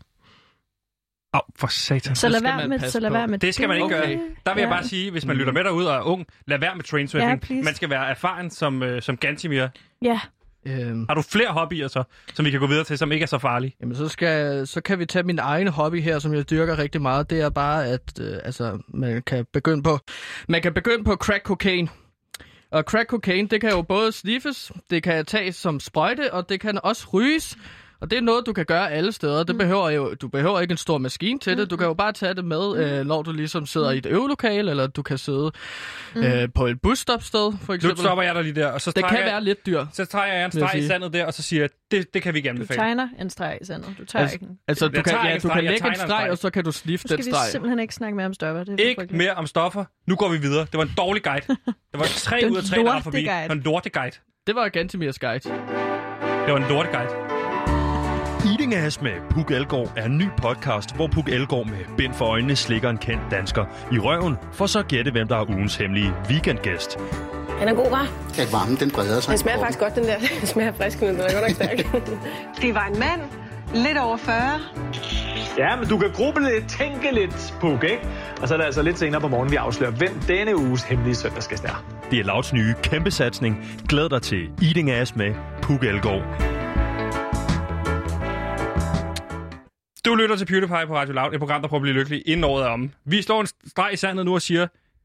For satan. Så lad være med det skal man ikke gøre. Der vil jeg bare sige, hvis man lytter med derude og er ung, lad være med train surfing. Ja, man skal være erfaren som Gantimir. Ja. Har du flere hobbyer så, som vi kan gå videre til, som ikke er så farlige? Jamen så kan vi tage min egen hobby her, som jeg dyrker rigtig meget. Det er bare, at man kan begynde på crack cocaine. Og crack cocaine, det kan jo både sniffes, det kan tages som sprøjte, og det kan også ryges. Og det er noget, du kan gøre alle steder. Du behøver ikke en stor maskine til det. Du kan jo bare tage det med, når du ligesom sidder i et øvelokale, eller du kan sidde på et busstopsted, for eksempel. Nu stopper jeg der lige der, og så det kan være lidt dyrt. Så trækker jeg en streg i sandet der, og så siger jeg, det kan vi gerne befale. Du tegner en streg i sandet. Du tager ikke en. Altså, du kan lægge en streg, og så kan du snifte den streg. Nu skal vi simpelthen ikke snakke mere om stoffer. Det ikke mere om stoffer. Nu går vi videre. Det var en dårlig guide. Det var 3 ud af 3, der var forbi. Det var en lorteguide. Det var Gantimirs guide. Det var en lorteguide. Eating Ass med Puk Elgård er en ny podcast, hvor Puk Elgård med bind for øjnene slikker en kendt dansker i røven, for så at gætte, hvem der er ugens hemmelige weekendgæst. Den er god, hva'? Kan varmen, den breder sig. Den smager faktisk godt, den der. Den smager frisk, men den er godt nok stærk. Det var en mand, lidt over 40. Ja, men du kan gruble lidt, tænke lidt, Puk, ikke? Og så er det altså lidt senere på morgenen, vi afslører, hvem denne uges hemmelige søndagsgæst er. Det er Louds nye kæmpesatsning. Glæd dig til Eating Ass med Puk Elgård. Du lytter til PewDiePie på Radio Loud, et program, der prøver at blive lykkelig inden året er om. Vi slår en streg i sandet nu og siger,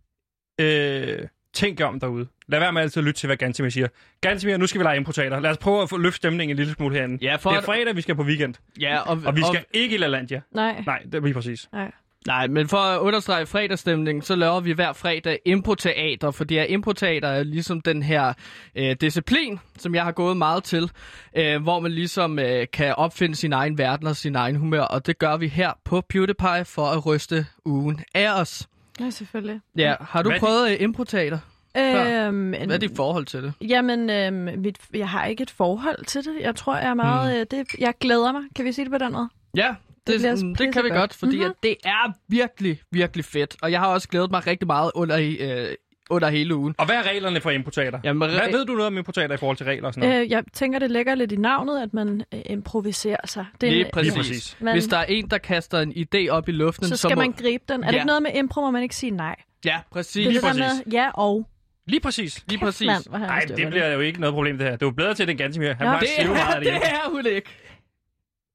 tænk om derude. Lad være med altid at lytte til, hvad Gantimir siger. Gantimir, nu skal vi lege impotater. Lad os prøve at få løfte stemningen en lille smule herinde. Ja, det er fredag, vi skal på weekend. Ja, og vi skal ikke i LaLandia. Nej. Nej, det er lige præcis. Nej, men for at understrege fredagsstemningen, så laver vi hver fredag improteater, for det er improteater er ligesom den her disciplin, som jeg har gået meget til, hvor man ligesom kan opfinde sin egen verden og sin egen humør, og det gør vi her på PewDiePie for at ryste ugen af os. Ja, selvfølgelig. Ja, har du prøvet improteater? Hvad er dit forhold til det? Jamen, jeg har ikke et forhold til det. Jeg tror, jeg er meget... jeg glæder mig. Kan vi sige det på den måde? Ja. Det kan vi godt, fordi at det er virkelig, virkelig fedt. Og jeg har også glædet mig rigtig meget under hele ugen. Og hvad er reglerne for improteater? Jamen, hvad ved du noget om improteater i forhold til regler og sådan noget? Jeg tænker, det ligger lidt i navnet, at man improviserer sig. Det er lige præcis. Hvis der er en, der kaster en idé op i luften, så skal man gribe den. Er det ikke noget med impro, hvor man ikke siger nej? Ja, præcis. Det er det der med ja og... Lige præcis. Nej, det bliver jo ikke noget problem, det her. Det er jo bedre til den Gantimir. Han det er hun ikke.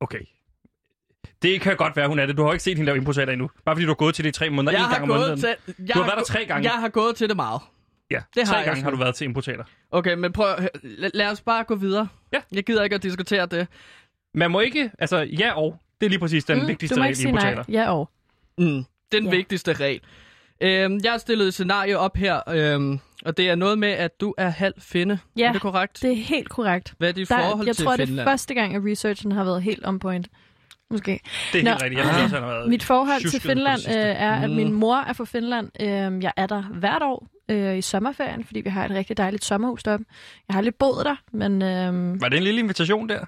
Okay. Det kan godt være, hun er det. Du har jo ikke set hende lave improteater endnu. Bare fordi du har gået til det i 3 måneder, en gang om måneden. Du har været der 3 gange. Jeg har gået til det meget. Ja, det 3 gange har du været til improteater. Okay, men prøv, lad os bare gå videre. Ja. Jeg gider ikke at diskutere det. Man må ikke, altså ja og. Det er lige præcis den vigtigste regel i improteater. Ja og. Den vigtigste regel. Jeg har stillet et scenarie op her, og det er noget med, at du er halv finne. Ja, er det korrekt? Det er helt korrekt. Hvad er dit forhold til Finland? Jeg tror, det er første gang, at researchen har været helt on point. Måske. Det er helt rigtigt. Jeg synes, han har været mit forhold til Finland er, at min mor er fra Finland. Jeg er der hvert år i sommerferien, fordi vi har et rigtig dejligt sommerhus deroppe. Jeg har aldrig boet der, men... Var det en lille invitation der?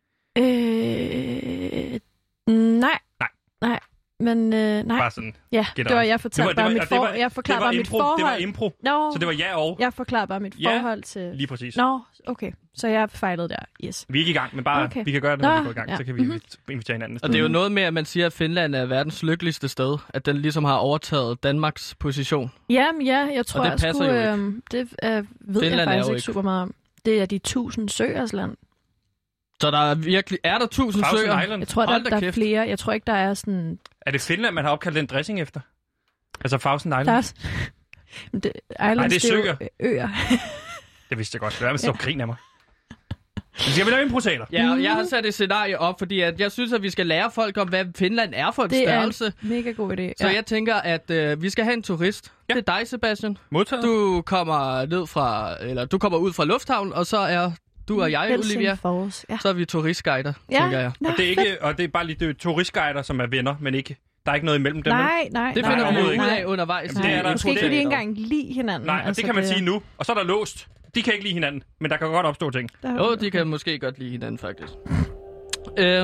Nej. Men nej. Bare sådan. Ja, det var, jeg fortalte bare mit forhold. Jeg forklarede bare mit forhold. Det var impro. No. Så det var ja og. Jeg forklarede bare mit forhold til... lige præcis. Okay. Så jeg fejlede der, yes. Vi er ikke i gang, men bare vi kan gøre det, når vi går i gang. Så kan vi invitere hinanden. Og det er jo noget med, at man siger, at Finland er verdens lykkeligste sted. At den ligesom har overtaget Danmarks position. Jamen ja, jeg tror, det passer jo ikke. Det ved Finland jeg faktisk ikke super meget om. Det er de 1000 søers land. Så der er virkelig... Er der 1000 søer? Island. Jeg tror, der er flere. Jeg tror ikke, der er sådan... Er det Finland, man har opkaldt den dressing efter? Altså Thousand Island? Nej, det er søer. Øer. Det vidste jeg godt. Det er så grin af mig. Skal vi lave improteater? Ja, og jeg har sat et scenarie op, fordi at jeg synes, at vi skal lære folk om, hvad Finland er for en størrelse. Det er en mega god idé. Så jeg tænker, at vi skal have en turist. Ja. Det er dig, Sebastian. Modtaget. Du kommer ned fra... Eller du kommer ud fra lufthavnen, og så er... Du og jeg, Olivia, så er vi turistguider, tænker jeg. Og det er ikke, og det er bare lige turistguider, som er venner, men ikke. Der er ikke noget imellem dem. Nej. Det finder vi ud af undervejs. Jamen, det er der måske ikke lige engang lide hinanden. Nej, altså, det kan man sige nu. Og så er der låst. De kan ikke lide hinanden, men der kan godt opstå ting. Jo, de kan måske godt lide hinanden, faktisk. Ja.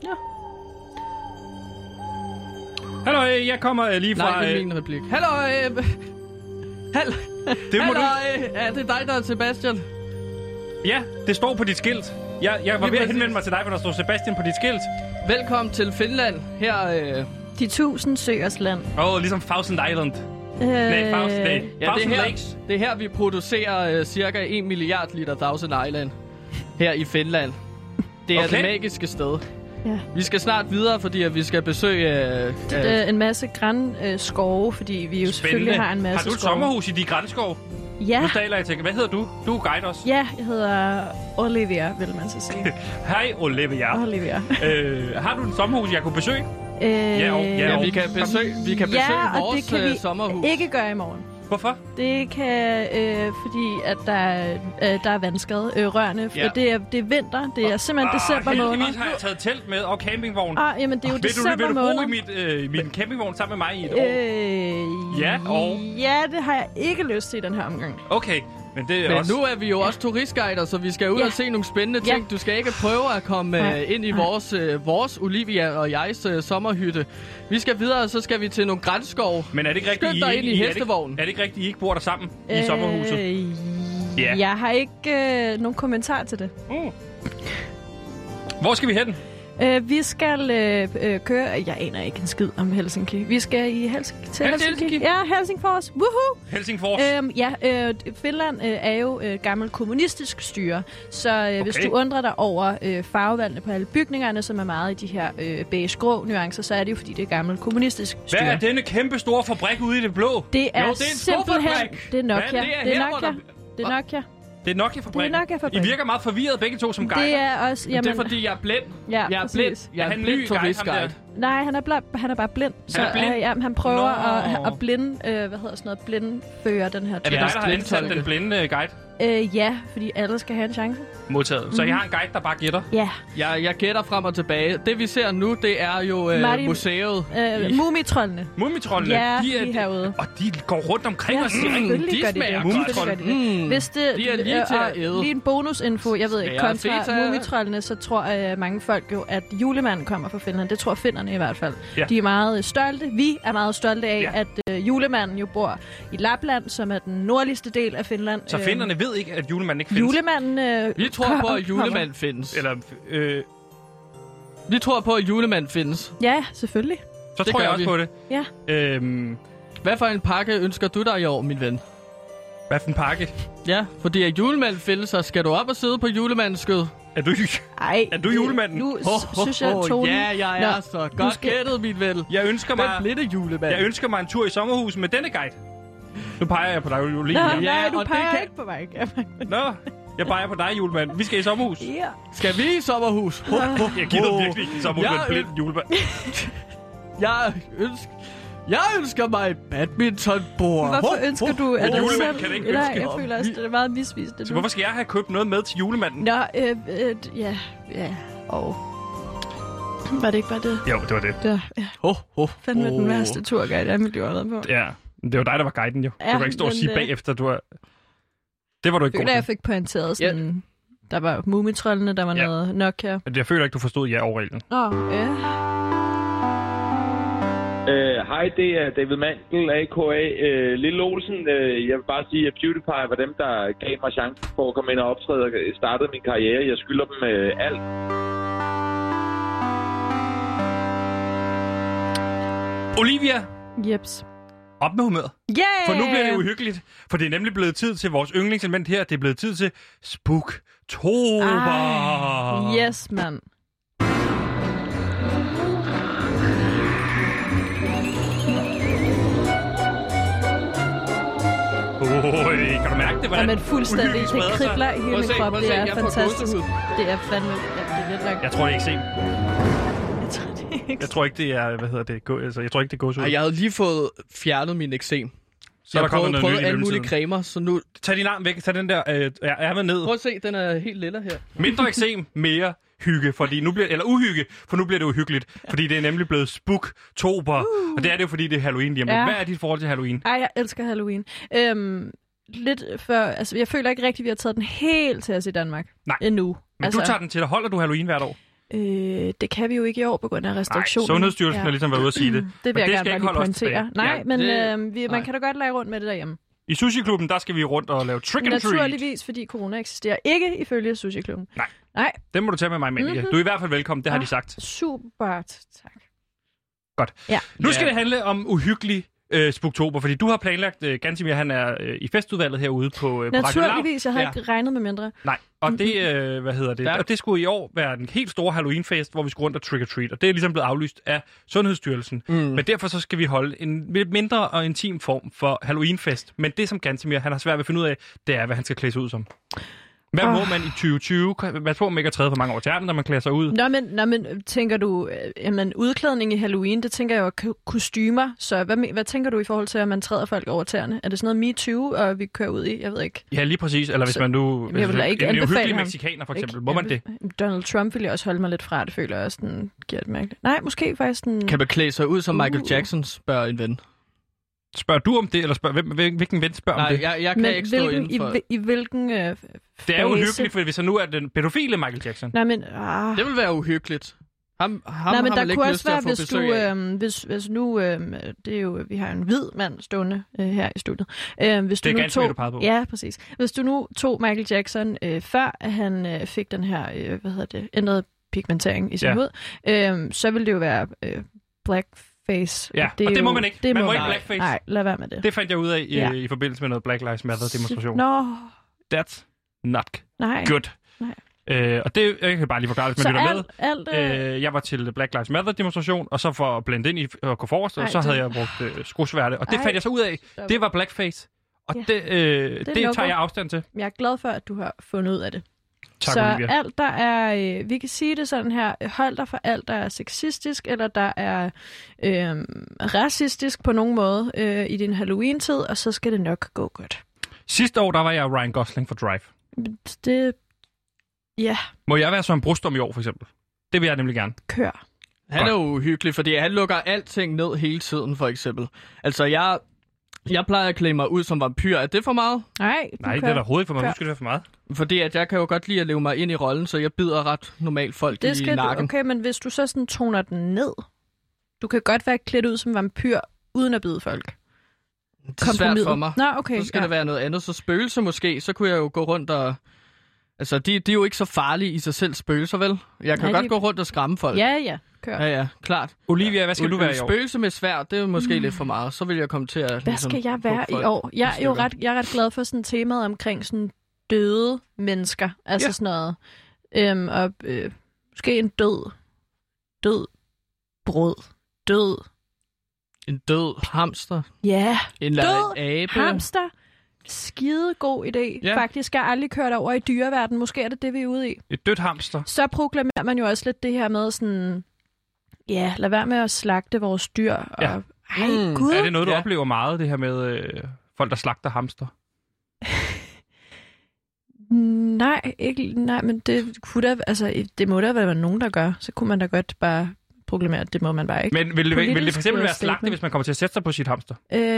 Hallo, jeg kommer lige fra... Nej, det er min replik. Hallo, det må du... Er det dig, der er Sebastian? Ja, det står på dit skilt. Jeg var ved at henvende mig til dig, hvor der står Sebastian på dit skilt. Velkommen til Finland. Her... De 1000 søers land. Ligesom Thousand Island. Thousand Lakes. Det er her, vi producerer cirka 1 milliard liter Thousand Island. Her i Finland. Det er det magiske sted. Ja. Vi skal snart videre, fordi vi skal besøge... en masse grænskove, fordi vi jo selvfølgelig har en masse skove. Har du et sommerhus i de grænskove? Ja. Nu taler jeg til. Hvad hedder du? Du er guide også. Ja, jeg hedder Olivia, vil man så sige. Hej, Olivia. Har du et sommerhus, jeg kunne besøge? Ja, vi kan besøge vores sommerhus. Det kan vi ikke gøre i morgen. Hvorfor? Det kan, fordi at der er vandskade rørene. Ja. Det er vinter. Det er simpelthen december måned. Heldigvis har jeg taget telt med og campingvogn. Jamen, det er jo december måned. Vil du bo i min campingvogn sammen med mig i et år? Ja, det har jeg ikke lyst til i den her omgang. Okay. Men også... nu er vi jo også turistguider, så vi skal ud og se nogle spændende ting. Du skal ikke prøve at komme ind i vores Olivia og jegs sommerhytte. Vi skal videre, og så skal vi til nogle grænskov. Men er det ikke rigtigt, ind i hestevognen? Er det ikke rigtigt, I ikke bor der sammen i sommerhuset? Ja. Jeg har ikke nogen kommentar til det. Hvor skal vi hen? Vi skal køre... Jeg aner ikke en skid om Helsinki. Vi skal til Helsinki. Ja, Helsingfors. Woohoo! Helsingfors. Finland er jo gammel kommunistisk styre. Så hvis du undrer dig over farvevalgene på alle bygningerne, som er meget i de her beige-grå nuancer, så er det jo, fordi det er gammel kommunistisk styre. Hvad er denne kæmpe store fabrik ude i det blå? Det er simpelthen... Det er Nokia. Det er Nokia. Det er Nokia. Det er Nokia-fabrikken. I virker meget forvirret begge to som guider. Det er også... Jamen, det er fordi, jeg er blind. Ja, jeg er blind. Jeg er en blind turistguide. Nej, han er bare blind. Så han prøver at blindføre den her tur. Er det dig, der har ansat den blinde guide? Ja, fordi alle skal have en chance. Modtaget. Så I har en guide, der bare gætter? Ja. Jeg gætter frem og tilbage. Det vi ser nu, det er jo museet. Mumitrollene. Mumitrollene? Ja, de er herude. Og de går rundt omkring og siger, de smager mumitrollene. Hvis det de er lige til at æde. Lige en bonusinfo, jeg ved ikke, kontra mumitrollene, så tror mange folk jo, at julemanden kommer fra Finland. Det tror finnerne i hvert fald. Ja. De er meget stolte. Vi er meget stolte af, at julemanden jo bor i Lapland, som er den nordligste del af Finland. Så finnerne ved ikke, at julemanden ikke findes? Julemanden... Vi tror på, at julemanden findes. Eller... Vi tror på, at julemanden findes. Ja, selvfølgelig. Så tror jeg også på det. Ja. Hvad for en pakke ønsker du dig i år, min ven? Hvad for en pakke? Ja, fordi at julemanden findes, så skal du op og sidde på julemandens skød. Er du julemanden? Nu synes jeg, Tony... Ja, jeg er så godt gættet, min ven. Jeg ønsker mig... Den blinde julemand. Jeg ønsker mig en tur i sommerhuset med denne guide. Nu peger jeg på dig, Olivia. Nej, du peger ikke på mig. Nå, jeg peger på dig, julemand. Vi skal i sommerhus. Ja. Skal vi i sommerhus? Jeg gider virkelig ikke i sommerhus med en blind julemand. Jeg ønsker mig et badmintonbord. Hvorfor ønsker du, at der Julemanden kan ikke Nej, ønske. jeg føler også, det er meget misvisende. Så hvorfor skal jeg have købt noget med til julemanden? Nå, ja, og... Var det ikke bare det? Jo, det var det. Fandme den værste turguide, jeg har været på. Ja, det var dig, der var guiden jo. Ja, du kan ikke stå og sige bagefter, du er... Det var du ikke god til. Jeg fik pointeret sådan... Der var Mumitrollene, der var noget Nokia. Men jeg føler ikke, du forstod ja-reglen. Ja. Hej, det er David Mandel, a.k.a. Lille Olsen. Jeg vil bare sige, at PewDiePie var dem, der gav mig chancen for at komme ind og optræde og startede min karriere. Jeg skylder dem alt. Olivia! Jeps. Op med humøret. Yeah! For nu bliver det uhyggeligt. For det er nemlig blevet tid til vores yndlingselement her. Det er blevet tid til Spooktober. Yes, mand. Kan du mærke det? Jamen fuldstændig. Det kribler i hele min krop. Det er fantastisk. Det er fandme... Ja, det er lidt langt. Jeg tror det ikke set. Jeg tror ikke, det er... Hvad hedder det? Jeg tror ikke, det går så ud. Jeg havde lige fået fjernet min eksem. Så jeg har prøvet alle mulige cremer, så nu... Tag din arm væk. Tag den der ærme ned. Prøv at se, den er helt lilla her. Mindre eksem, mere hygge, fordi nu bliver, eller uhygge, for nu bliver det uhyggeligt, fordi det er nemlig blevet Spooktober, og det er det jo, fordi det er Halloween lige om lidt. Hvad er dit forhold til Halloween? Jeg elsker Halloween. Lidt før, altså jeg føler ikke rigtigt, vi har taget den helt til os i Danmark. Nej. Endnu. Men altså, du tager den til, og holder du Halloween hvert år? Det kan vi jo ikke i år på grund af restriktioner. Nej, Sundhedsstyrelsen har ligesom været ude at sige det. Det vil jeg gerne bare lige pointere. Nej, men man kan da godt lege rundt med det derhjemme. I Sushi-klubben, der skal vi rundt og lave trick and treat. Naturligvis, fordi corona eksisterer ikke ifølge Sushi-klubben. Nej. Den må du tage med mig, Mette. Du er i hvert fald velkommen, det har de sagt. Super, tak. Godt. Ja. Nu skal det handle om uhyggelig Spooktober, fordi du har planlagt, Gantimir, han er i festudvalget herude på naturligvis, jeg havde ikke regnet med mindre. Nej, og det, og det skulle i år være en helt stor Halloween-fest, hvor vi skulle rundt og trick-or-treat, og det er ligesom blevet aflyst af Sundhedsstyrelsen. Men derfor så skal vi holde en lidt mindre og intim form for Halloween-fest. Men det, som Gantimir, han har svært ved at finde ud af, det er, hvad han skal klæde sig ud som. Hvad må man i 2020? Hvad tror man ikke at træde for mange år til når man klæder sig ud? Nå, men tænker du, udklædning i Halloween, det tænker jeg jo kostymer. Så hvad tænker du i forhold til, at man træder folk over tæerne? Er det sådan noget MeToo, og vi kører ud i? Jeg ved ikke. Ja, lige præcis. Eller hvis man nu... Jeg vil ikke en uhyggelig mexikaner, for eksempel. Må man det? Donald Trump vil jeg også holde mig lidt fra. Det føler jeg også, den giver et mærkeligt. Nej, måske faktisk den... Kan man klæde sig ud som Michael Jackson, spørger en ven. Spørger du om det, eller hvilken ven spørger om det? Nej, jeg kan ikke stå inden for... I hvilken det er jo uhyggeligt, for hvis han nu er den pædofile Michael Jackson. Nej, men... Det vil være uhyggeligt. Nej, men der kunne også være, hvis nu... det er jo... Vi har en hvid mand stående her i studiet. Hvis det er ganske du pegede på. Ja, præcis. Hvis du nu tog Michael Jackson, før han fik den her, ændrede pigmentering i sin hud, så ville det jo være blackface. Ja, og det må man ikke. Man må ikke blackface. Nej, lad være med det. Det fandt jeg ud af i forbindelse med noget Black Lives Matter-demonstration. That's not good. Nej. Og det, jeg kan bare lige forklare, hvis man lytter med. Jeg var til Black Lives Matter-demonstration, og så for at blende ind i og gå forrest, så havde jeg brugt skruesværte. Og det fandt jeg så ud af. Det var blackface. Og det tager jeg afstand til. Jeg er glad for, at du har fundet ud af det. Tak, så Olivia. Alt, der er... vi kan sige det sådan her. Hold dig for alt, der er sexistisk, eller der er racistisk på nogen måde i din Halloween-tid, og så skal det nok gå godt. Sidste år, der var jeg Ryan Gosling for Drive. Det... Ja. Må jeg være som Brustom i år, for eksempel? Det vil jeg nemlig gerne. Kør. Han er jo hyggelig, fordi han lukker alting ned hele tiden, for eksempel. Altså, jeg plejer at klæde mig ud som vampyr. Er det for meget? Nej, det er da overhovedet ikke for meget. Nu skal det være for meget. Fordi at jeg kan jo godt lide at leve mig ind i rollen, så jeg bider ret normalt folk i nakken. Okay, men hvis du så sådan toner den ned, du kan godt være klædt ud som vampyr, uden at bide folk. Det er svært for mig. Nå, okay. Så skal det være noget andet. Så spøgelser måske, så kunne jeg jo gå rundt og... Altså, de er jo ikke så farlige i sig selv, spøgelser, vel? Jeg kan godt gå rundt og skræmme folk. Ja, kør. Ja, klart. Olivia, hvad skal du være i år? Spøgelse med sværd, det er måske lidt for meget. Så vil jeg komme til at... Hvad skal jeg være i år? Jeg er ret glad for sådan temaet omkring sådan døde mennesker. Altså sådan noget Måske en død brød. En død hamster. Ja, En død abe. hamster. Skide god idé. Ja. Faktisk er jeg aldrig kørt over i dyreverdenen. Måske er det, vi er ude i. Et dødt hamster. Så proklamerer man jo også lidt det her med sådan... Ja, lad være med at slagte vores dyr. Og, Ja. Gud. Er det noget, du oplever meget, det her med folk, der slagter hamster? Nej, men det kunne da, altså, det må da være nogen, der gør. Så kunne man da godt bare proklamere, at det må man bare ikke. Men vil det for eksempel Politisk være slagte, statement. hvis man kommer til at sætte sig på sit hamster?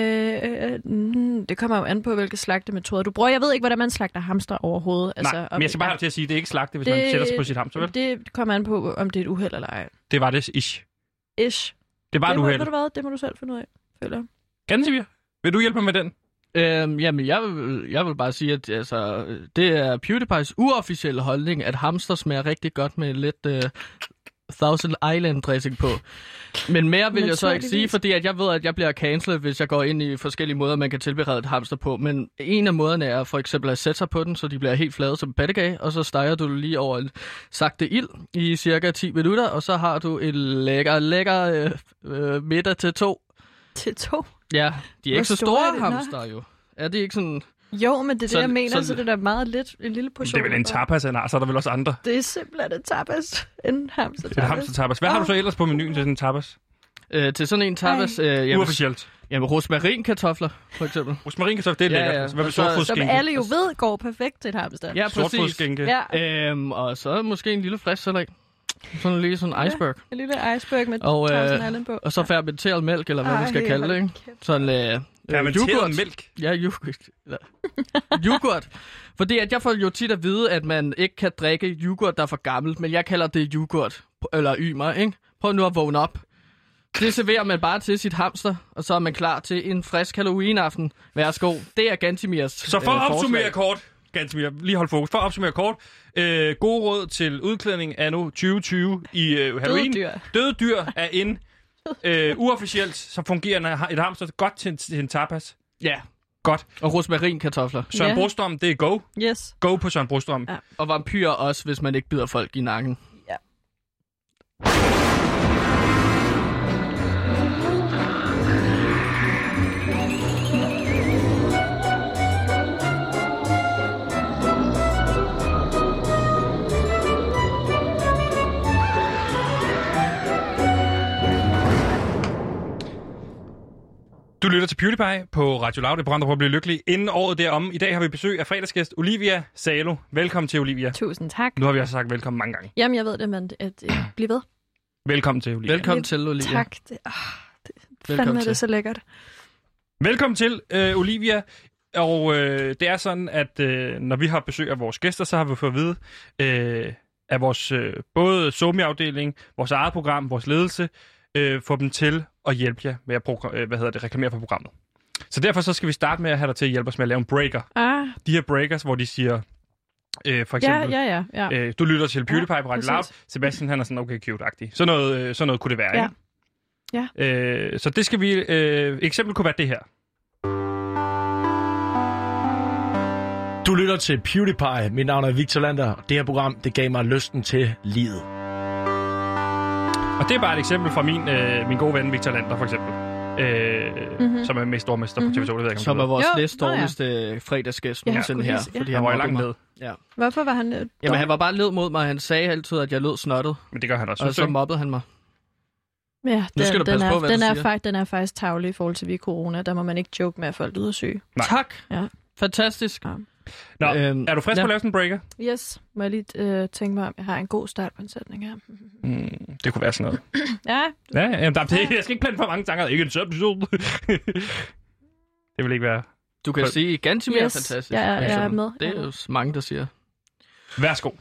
Det kommer jo an på, hvilke slagtemetoder du bruger. Jeg ved ikke, hvordan man slagter hamster overhovedet. Nej, men jeg skal bare have til at sige, at det er ikke slagte, hvis man sætter sig på sit hamster, vel? Det kommer an på, om det er et uheld eller ej. Det var det ish. Ish. Det var et uheld. Ved du hvad? Det må du selv finde ud af, føler jeg. Gansimir, vil du hjælpe mig med den? Jamen, jeg vil bare sige, at altså, det er PewDiePies uofficielle holdning, at hamster smager rigtig godt med lidt Thousand Island dressing på. Men mere vil jeg så ikke sige, fordi at jeg ved, at jeg bliver cancelled, hvis jeg går ind i forskellige måder, man kan tilberede et hamster på. Men en af måderne er for eksempel at sætte sig på den, så de bliver helt flade som pattegage, og så steger du lige over en sagte ild i cirka 10 minutter, og så har du en lækker middag til 2. Til 2? Ja, de er ikke så store er store det, hamster jo. Er det ikke sådan... Jo, men det er det, jeg mener, så det er da meget lidt, en lille portion. Det er vel en tapas, han har, så er der vel også andre. Det er simpelthen en tapas. En hamster-tapas. En hamster-tapas. Hvad har du så ellers på menuen til sådan en tapas? Til sådan en tapas... Uofficielt. Jamen, rosmarinkartofler, for eksempel. Rosmarinkartofler, det er lækkert. Hvad med sortfodsskinke? Som alle jo ved går perfekt til et hamster. Ja, præcis. Sortfodsskinke. Ja. Og så måske en lille frisk salat. Sådan lige sådan en iceberg. En lille iceberg med og, Thousand Island på. Og så fermenteret mælk, eller hvad man skal kalde det, ikke? Sådan fermenteret mælk? Ja, yoghurt. Fordi at jeg får jo tit at vide, at man ikke kan drikke yoghurt, der er for gammelt, men jeg kalder det yoghurt, eller ymer, ikke? Prøv nu at vågne op. Det serverer man bare til sit hamster, og så er man klar til en frisk Halloween-aften. Værsgo. Det er Gantimirs Så for at opsummere kort, Gansimir, lige hold fokus. For at opsummere kort. Gode råd til udklædning af nu 2020 i Halloween. Døde dyr er inde. Uofficielt, så fungerer et hamster godt til en tapas. Ja. Godt. Og rosmarinkartofler. Søren Brostrøm, det er go. Yes. Go på Søren Brostrøm. Ja. Og vampyrer også, hvis man ikke bider folk i nakken. Ja. Du lytter til PewDiePie på Radio Loud, det program, der prøver at blive lykkelig inden året derom. I dag har vi besøg af fredagsgæst Olivia Salo. Velkommen til, Olivia. Tusind tak. Nu har vi også sagt velkommen mange gange. Jamen, jeg ved det, men bliv ved. Velkommen til, Olivia. Velkommen til, Olivia. Tak. Fandme er det så lækkert. Velkommen til, Olivia. Og det er sådan, at når vi har besøg af vores gæster, så har vi fået at vide af vores både SoMe-afdeling, vores eget program, vores ledelse, få dem til at hjælpe jer med at reklamere for programmet. Så derfor så skal vi starte med at have dig til at hjælpe os med at lave en breaker. De her breakers, hvor de siger, for eksempel, ja. Du lytter til PewDiePie på Radio Loud. Sebastian, han er sådan, okay, cute-agtig. Sådan noget kunne det være, ikke? Ja. Så det skal vi... eksempel kunne være det her. Du lytter til PewDiePie. Mit navn er Victor Lander. Det her program, det gav mig lysten til livet. Og det er bare et eksempel fra min gode ven Victor Lander, for eksempel. Som er mest stormester på TV2. Som er vores næstdårligste fredagsgæst nogensinde her. Fordi han var langt ned. Ja. Hvorfor var han Jamen, han var bare led mod mig. Han sagde altid, at jeg lød snottet. Men det gør han også. Og så mobbede han mig. Ja, nu skal du passe på, hvad du siger. Den er faktisk tavlig i forhold til vi corona. Der må man ikke joke med, at folk lyder syge. Nej. Tak. Ja. Fantastisk. Ja. Nå, er du frisk på at lave sådan en breaker? Yes. Må jeg lige tænke mig, om jeg har en god start på en sætning her? Det kunne være sådan noget. Ja. Jeg skal ikke plante for mange tanker. Ikke en substitution. Det vil ikke være... Du kan sige ganske mere fantastisk. Jeg er med. Det er jo mange, der siger. Værsgo.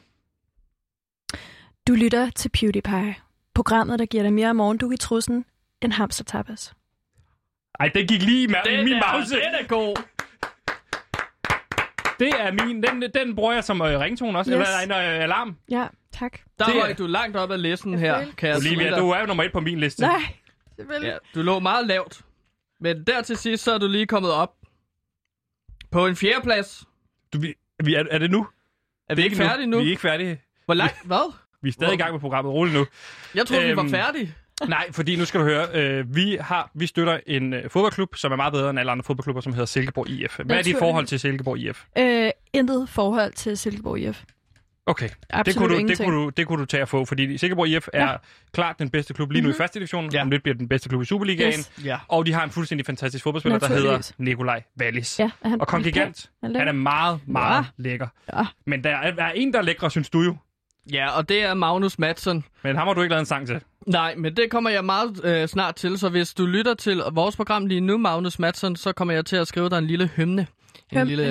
Du lytter til PewDiePie. Programmet, der giver dig mere morgendug i trussen end hamstertapas. Ej, den gik lige i min mause. Den er god. Det er min. Den bruger jeg som ringtone også. Yes. Eller en alarm. Ja, tak. Der var du langt op ad listen her. Olivia, du er jo nummer 1 på min liste. Nej, selvfølgelig. Ja, du lå meget lavt. Men der til sidst, så er du lige kommet op på en 4. plads. Er det nu? Er vi ikke færdige nu? Vi er ikke færdige. Hvor langt? Hvad? Vi er stadig i gang med programmet. Rolig nu. Jeg troede, vi var færdige. Nej, fordi nu skal du høre, vi støtter en fodboldklub, som er meget bedre end alle andre fodboldklubber, som hedder Silkeborg IF. Hvad er dit forhold til Silkeborg IF? Intet forhold til Silkeborg IF. Okay, det kunne du tage at få, fordi Silkeborg IF er klart den bedste klub lige nu i første division. Om lidt bliver den bedste klub i Superligaen. Yes. Og de har en fuldstændig fantastisk fodboldspiller, der hedder Nikolaj Wallis. Ja, og Kong Gigant, han er meget, meget lækker. Ja. Men der er en, der er lækker, synes du jo. Ja, og det er Magnus Madsen. Men ham har du ikke lavet en sang til. Nej, men det kommer jeg meget snart til, så hvis du lytter til vores program lige nu, Magnus Madsen, så kommer jeg til at skrive dig en lille hymne. En hymne?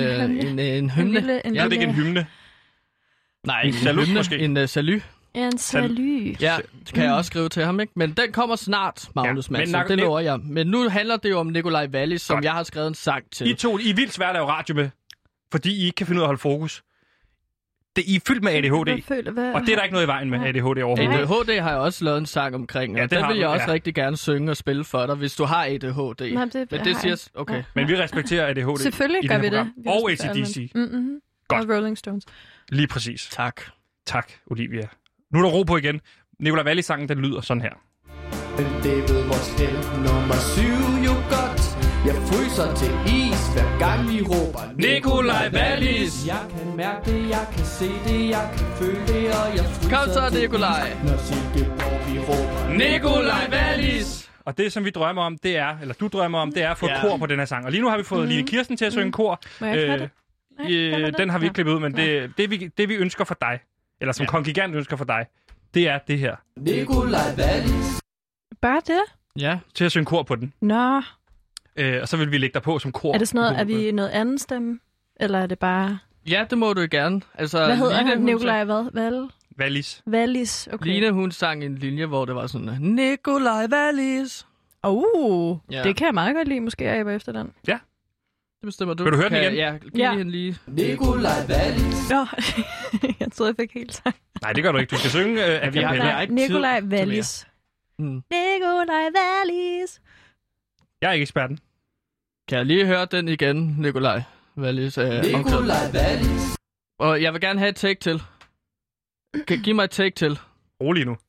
Ja, det er ikke en hymne. Nej, en salut måske. En salut. En salut. Ja, det kan jeg også skrive til ham, ikke? Men den kommer snart, Magnus Madsen, det lover jeg. Men nu handler det jo om Nikolaj Wallis, som jeg har skrevet en sang til. I er vildt svært at lave radio med, fordi I ikke kan finde ud af at holde fokus. I er fyldt med ADHD, og det er der ikke noget i vejen med ADHD overhovedet. ADHD har jeg også lavet en sang omkring, og den vil jeg også rigtig gerne synge og spille for dig, hvis du har ADHD. Men det siger okay. Men vi respekterer ADHD. Selvfølgelig gør vi det. Og AC/DC. Godt. Og Rolling Stones. Lige præcis. Tak, Olivia. Nu er der ro på igen. Nikolaj Wallis-sangen, den lyder sådan her. Men det ved vores held nummer 7 jo godt. Jeg fryser til is, hver gang vi råber Nikolaj Wallis. Jeg kan mærke det, jeg kan se det, jeg kan føle det, og jeg fryser. Kom så, Nikolaj. Når Silkeborg vi råber Nikolaj Wallis. Og det, som vi drømmer om, det er, eller du drømmer om, det er at få kor på den her sang. Og lige nu har vi fået Line Kirsten til at synge kor. Må jeg ikke det? Den har vi ikke klippet ud, men det vi ønsker for dig, eller som Kong Gigant ønsker for dig, det er det her. Nikolaj Wallis. Bare det? Ja. Til at synge kor på den. Nå. Og så vil vi lægge dig på som kor. Er det sådan noget, er vi noget anden stemme? Eller er det bare... Ja, det må du gerne. Altså, hvad hedder han? Nikolaj hvad? Wallis. Okay. Line, hun sang en linje, hvor det var sådan, Nikolaj Wallis. Det kan jeg meget godt lide, måske jeg efter den. Ja. Det bestemmer du. Vil du høre den igen? Ja, giv hende lige. Nikolaj Wallis. Nå, jeg troede, jeg fik helt sagt. Nej, det gør du ikke. Du skal synge af Nikolaj Wallis. Nikolaj Wallis. Jeg er ikke eksperten. Kan jeg lige høre den igen, Nikolaj Wallis? Nikolaj Wallis. Og jeg vil gerne have et take til. Giv mig et take til. Rolig nu.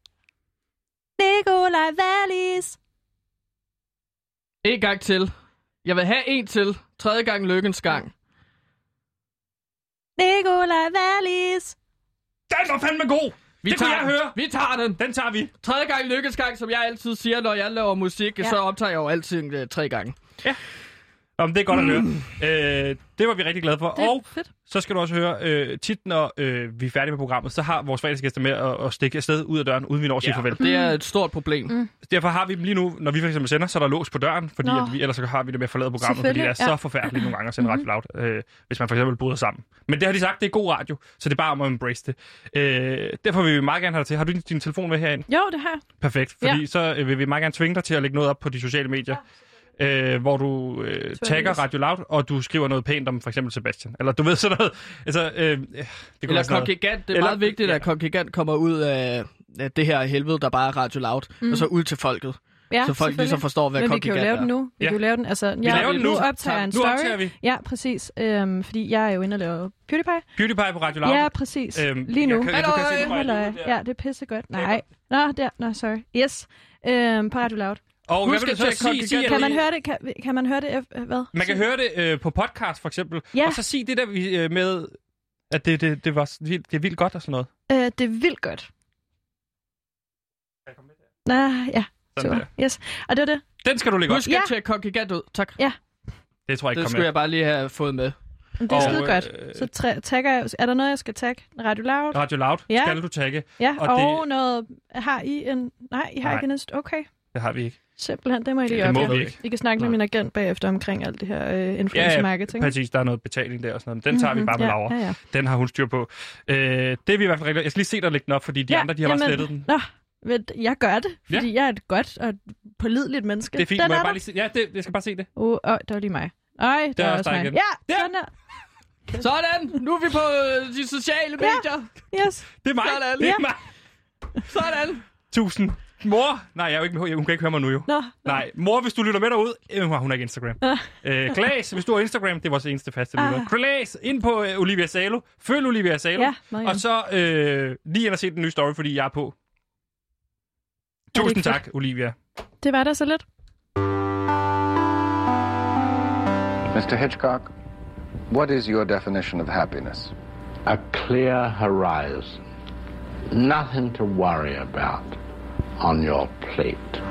Nikolaj Wallis. En gang til. Jeg vil have en til. 3. gang lykkens gang. Nikolaj Wallis. Den var fandme god! Det kunne jeg høre! Vi tager den! Den tager vi! 3. gang lykkens gang, som jeg altid siger, når jeg laver musik, så optager jeg jo altid 3 gange. Ja. Om det er godt at høre. Det var vi rigtig glade for. Og fedt. Så skal du også høre, tit når vi er færdige med programmet, så har vores fredagsgæster med at stikke afsted ud af døren, uden vi når at sige farvel. Det er et stort problem. Derfor har vi dem lige nu, når vi for eksempel sender, så er der lås på døren, fordi ellers så har vi det med at forlade programmet, fordi det er så forfærdeligt nogle gange at sende Radio Loud, hvis man for eksempel bryder sammen. Men det har de sagt, det er god radio, så det er bare om at embrace det. Derfor vil vi meget gerne have dig til. Har du din telefon med herinde? Jo, det har jeg. Perfekt, fordi så vil vi meget gerne tvinge dig til at lægge noget op på de sociale medier. Hvor du tagger Radio Loud, og du skriver noget pænt om for eksempel Sebastian. Eller du ved sådan noget. Altså, det eller Kong Gigant. Det er meget vigtigt, at Kong Gigant kommer ud af det her helvede, der bare er Radio Loud, og så ud til folket. Ja, så folk ligesom forstår, hvad Kong Gigant er. Men vi kan jo lave den nu. Vi kan jo lave den. Altså, nu optager en story. Nu optager vi. Ja, præcis. Fordi jeg er jo inde og laver PewDiePie. PewDiePie på Radio Loud. Ja, præcis. Lige nu. Halløj. Ja, det er pissegodt. Nej. Nå, sorry. Yes. På Radio Loud. Og hvad vil du så sige? Kan man høre det? Kan man høre det? Hvad? Man kan høre det på podcast, for eksempel. Ja. Og så sige det der med, at det er vildt godt og sådan noget. Det er vildt godt. Ja. Super. Yes. Og det var det. Den skal du lægge op. Husk at tjekke Kong Gigant ud. Tak. Ja. Det tror jeg ikke det skulle jeg bare lige have fået med. Det er skide godt. Så tagger jeg... Er der noget, jeg skal tagge? Radio Loud? Radio Loud skal du tagge. Ja, og noget... Har I en... Nej, I har ikke en... Okay. Det har vi ikke. Simpelthen, det må I lige op. I kan snakke med min agent bagefter omkring alt det her influencer marketing. Ja, præcis. Der er noget betaling der og sådan noget. Den tager vi bare med Laura. Ja. Den har hun styr på. Det er vi i hvert fald rigtig... Jeg skal lige se dig lægge den op, fordi de andre, de har bare slettet den. Jeg gør det, fordi jeg er et godt og pålideligt menneske. Det er fint. Må jeg bare lige se? Ja, jeg skal bare se det. Det var lige mig. Det var også mig. Ja, sådan der. Sådan! Nu er vi på de sociale medier. Yes. Det er mig. Sådan. Det er mig. Sådan. Tusind Mor! Nej, jeg er jo ikke med. Hun kan ikke høre mig nu, jo. Nå. Nej, mor, hvis du lytter med derude... Hun har ikke Instagram. Klaas, hvis du har Instagram, det er vores eneste faste lytter. Klaas, ind på Olivia Salo. Følg Olivia Salo. Ja, og så lige ind og se den nye story, fordi jeg er på. Tusind tak, Olivia. Det var da så lidt. Mr. Hitchcock, what is your definition of happiness? A clear horizon. Nothing to worry about on your plate.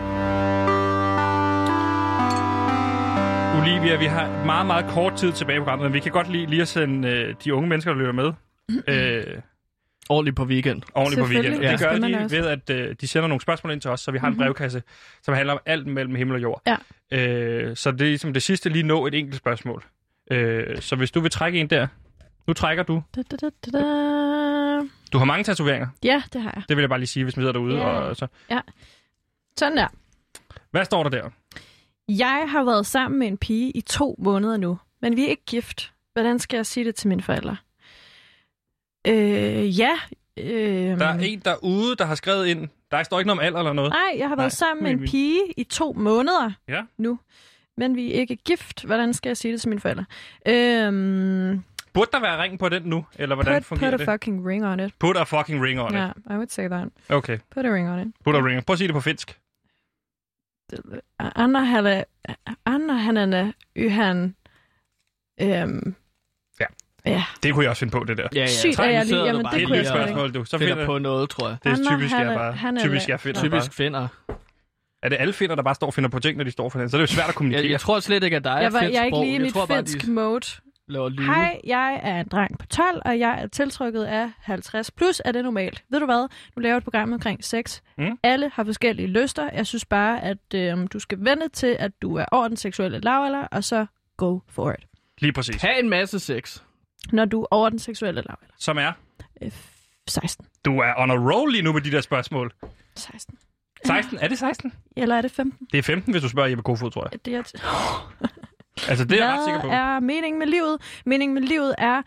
Olivia, vi har meget, meget kort tid tilbage i programmet, men vi kan godt lige at sende de unge mennesker, der lytter med. Ordentligt på weekend. Ordentligt på weekend. Ja. Det gør de ved, at de sender nogle spørgsmål ind til os, så vi har en brevkasse, som handler om alt mellem himmel og jord. Ja. Så det er ligesom det sidste lige nå et enkelt spørgsmål. Så hvis du vil trække en der. Nu trækker du. Du har mange tatoveringer. Ja, det har jeg. Det vil jeg bare lige sige, hvis man sidder derude. Og så. Ja. Sådan der. Hvad står der der? Jeg har været sammen med en pige i 2 måneder nu, men vi er ikke gift. Hvordan skal jeg sige det til mine forældre? Der er en derude, der har skrevet ind. Der står ikke noget om alder eller noget. Nej, jeg har været sammen med en pige i 2 måneder nu, men vi er ikke gift. Hvordan skal jeg sige det til mine forældre? Burde der være ring på den nu, eller hvordan fungerer det? Put a fucking ring on it. Put a fucking ring on it. Yeah, I would say that. Okay. Put a ring on it. Put a ring. Prøv at sige det på finsk. Anna Hanna Yhan. Ja. Det kunne jeg også finde på, det der. Ja. Sygt, at jeg lige... Jamen, det kunne jeg spørgsmål, du. Så finder på noget, tror jeg. Det er typisk, jeg finder. Typisk finder. Er det alle finder, der bare står og finder på ting, når de står for den? Så er det jo svært at kommunikere. Jeg tror slet ikke, at der er jeg er ikke lige i mit finsk mode. Hej, jeg er en dreng på 12, og jeg er tiltrykket af 50 plus. Er det normalt? Ved du hvad? Nu laver jeg et program omkring sex. Alle har forskellige lyster. Jeg synes bare, at du skal vente til, at du er over den seksuelle lavalder, og så go for it. Lige præcis. Ha' en masse sex. Når du er over den seksuelle lavalder. Som er? 16. Du er on a roll lige nu med de der spørgsmål. 16. 16? Er det 16? Eller er det 15? Det er 15, hvis du spørger Jeppe Kofod, tror jeg. Det er altså, det er jeg ret sikker på. Hvad er meningen med livet? Meningen med livet er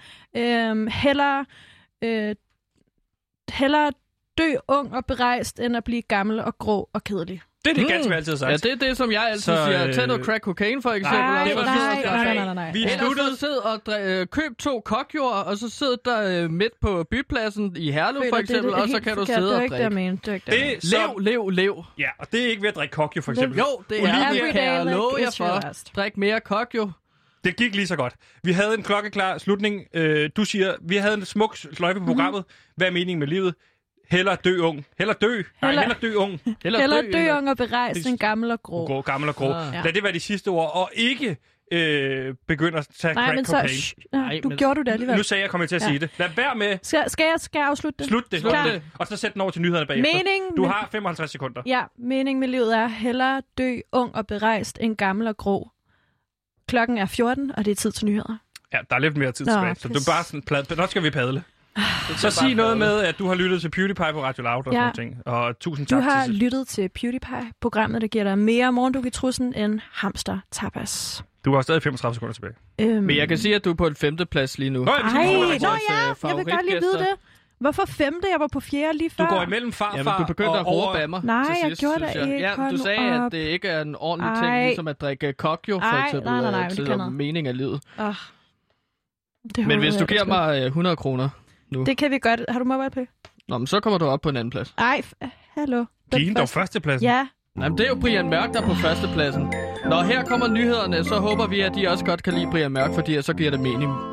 hellere dø ung og berejst, end at blive gammel og grå og kedelig. Det er det ganske altid sagt. Ja, det er det, som jeg altid siger. Tag noget crack cocaine, for eksempel. Nej. Vi sluttede sid og køb 2 kokjord, og så sidder der midt på bypladsen i Herlev, for eksempel, og så kan du sidde og drikke. Lev. Ja, og det er ikke ved at drikke kokjo, for eksempel. Jo, det er. Kan jeg love jer for. Drik mere kokjo. Det gik lige så godt. Vi havde en klokkeklar slutning. Du siger, vi havde en smuk sløjfe på programmet. Hvad er meningen med livet? Hellere dø ung. Hellere dø ung. Hellere dø ung og berejst end gammel og grå. Gammel og grå. Lad det være de sidste ord. Og ikke begynde at tage crack cocaine. Du gjorde du det alligevel. Nu sagde jeg, kommer til at sige det. Lad være med. Skal jeg afslutte det? Slut det. Og så sæt den over til nyhederne bagefter. Du har 55 sekunder. Ja, meningen med livet er hellere dø ung og berejst end gammel og grå. Klokken er 14, og det er tid til nyheder. Ja, der er lidt mere tid tilbage. Så du bare sådan, nå skal vi padle. Så sig noget med, at du har lyttet til PewDiePie på Radio Loud og sådan ting. Og tusind tak. Du har lyttet til PewDiePie, programmet, der giver dig mere morgendug i trussen end hamster tapas. Du har stadig 35 sekunder tilbage. Men jeg kan sige, at du er på en 5. plads lige nu. Jeg vil godt lige vide det. Hvorfor 5? Jeg var på 4 lige før. Du går imellem farfar du begyndte at råbe af mig. Nej, jeg gjorde det ikke. Ja, du sagde, at det ikke er en ordentlig ting, ligesom at drikke kokjo, for eksempel. Nej, det kan noget. Mening af livet. Men hvis du giver mig 100 kroner nu. Det kan vi godt. Har du MobilePay? Nå, men så kommer du op på en anden plads. Ej, hallo. Din dog førstepladsen? Ja. Jamen, det er jo Brian Mørk, der er på førstepladsen. Når her kommer nyhederne, så håber vi, at de også godt kan lide Brian Mørk, fordi så giver det mening.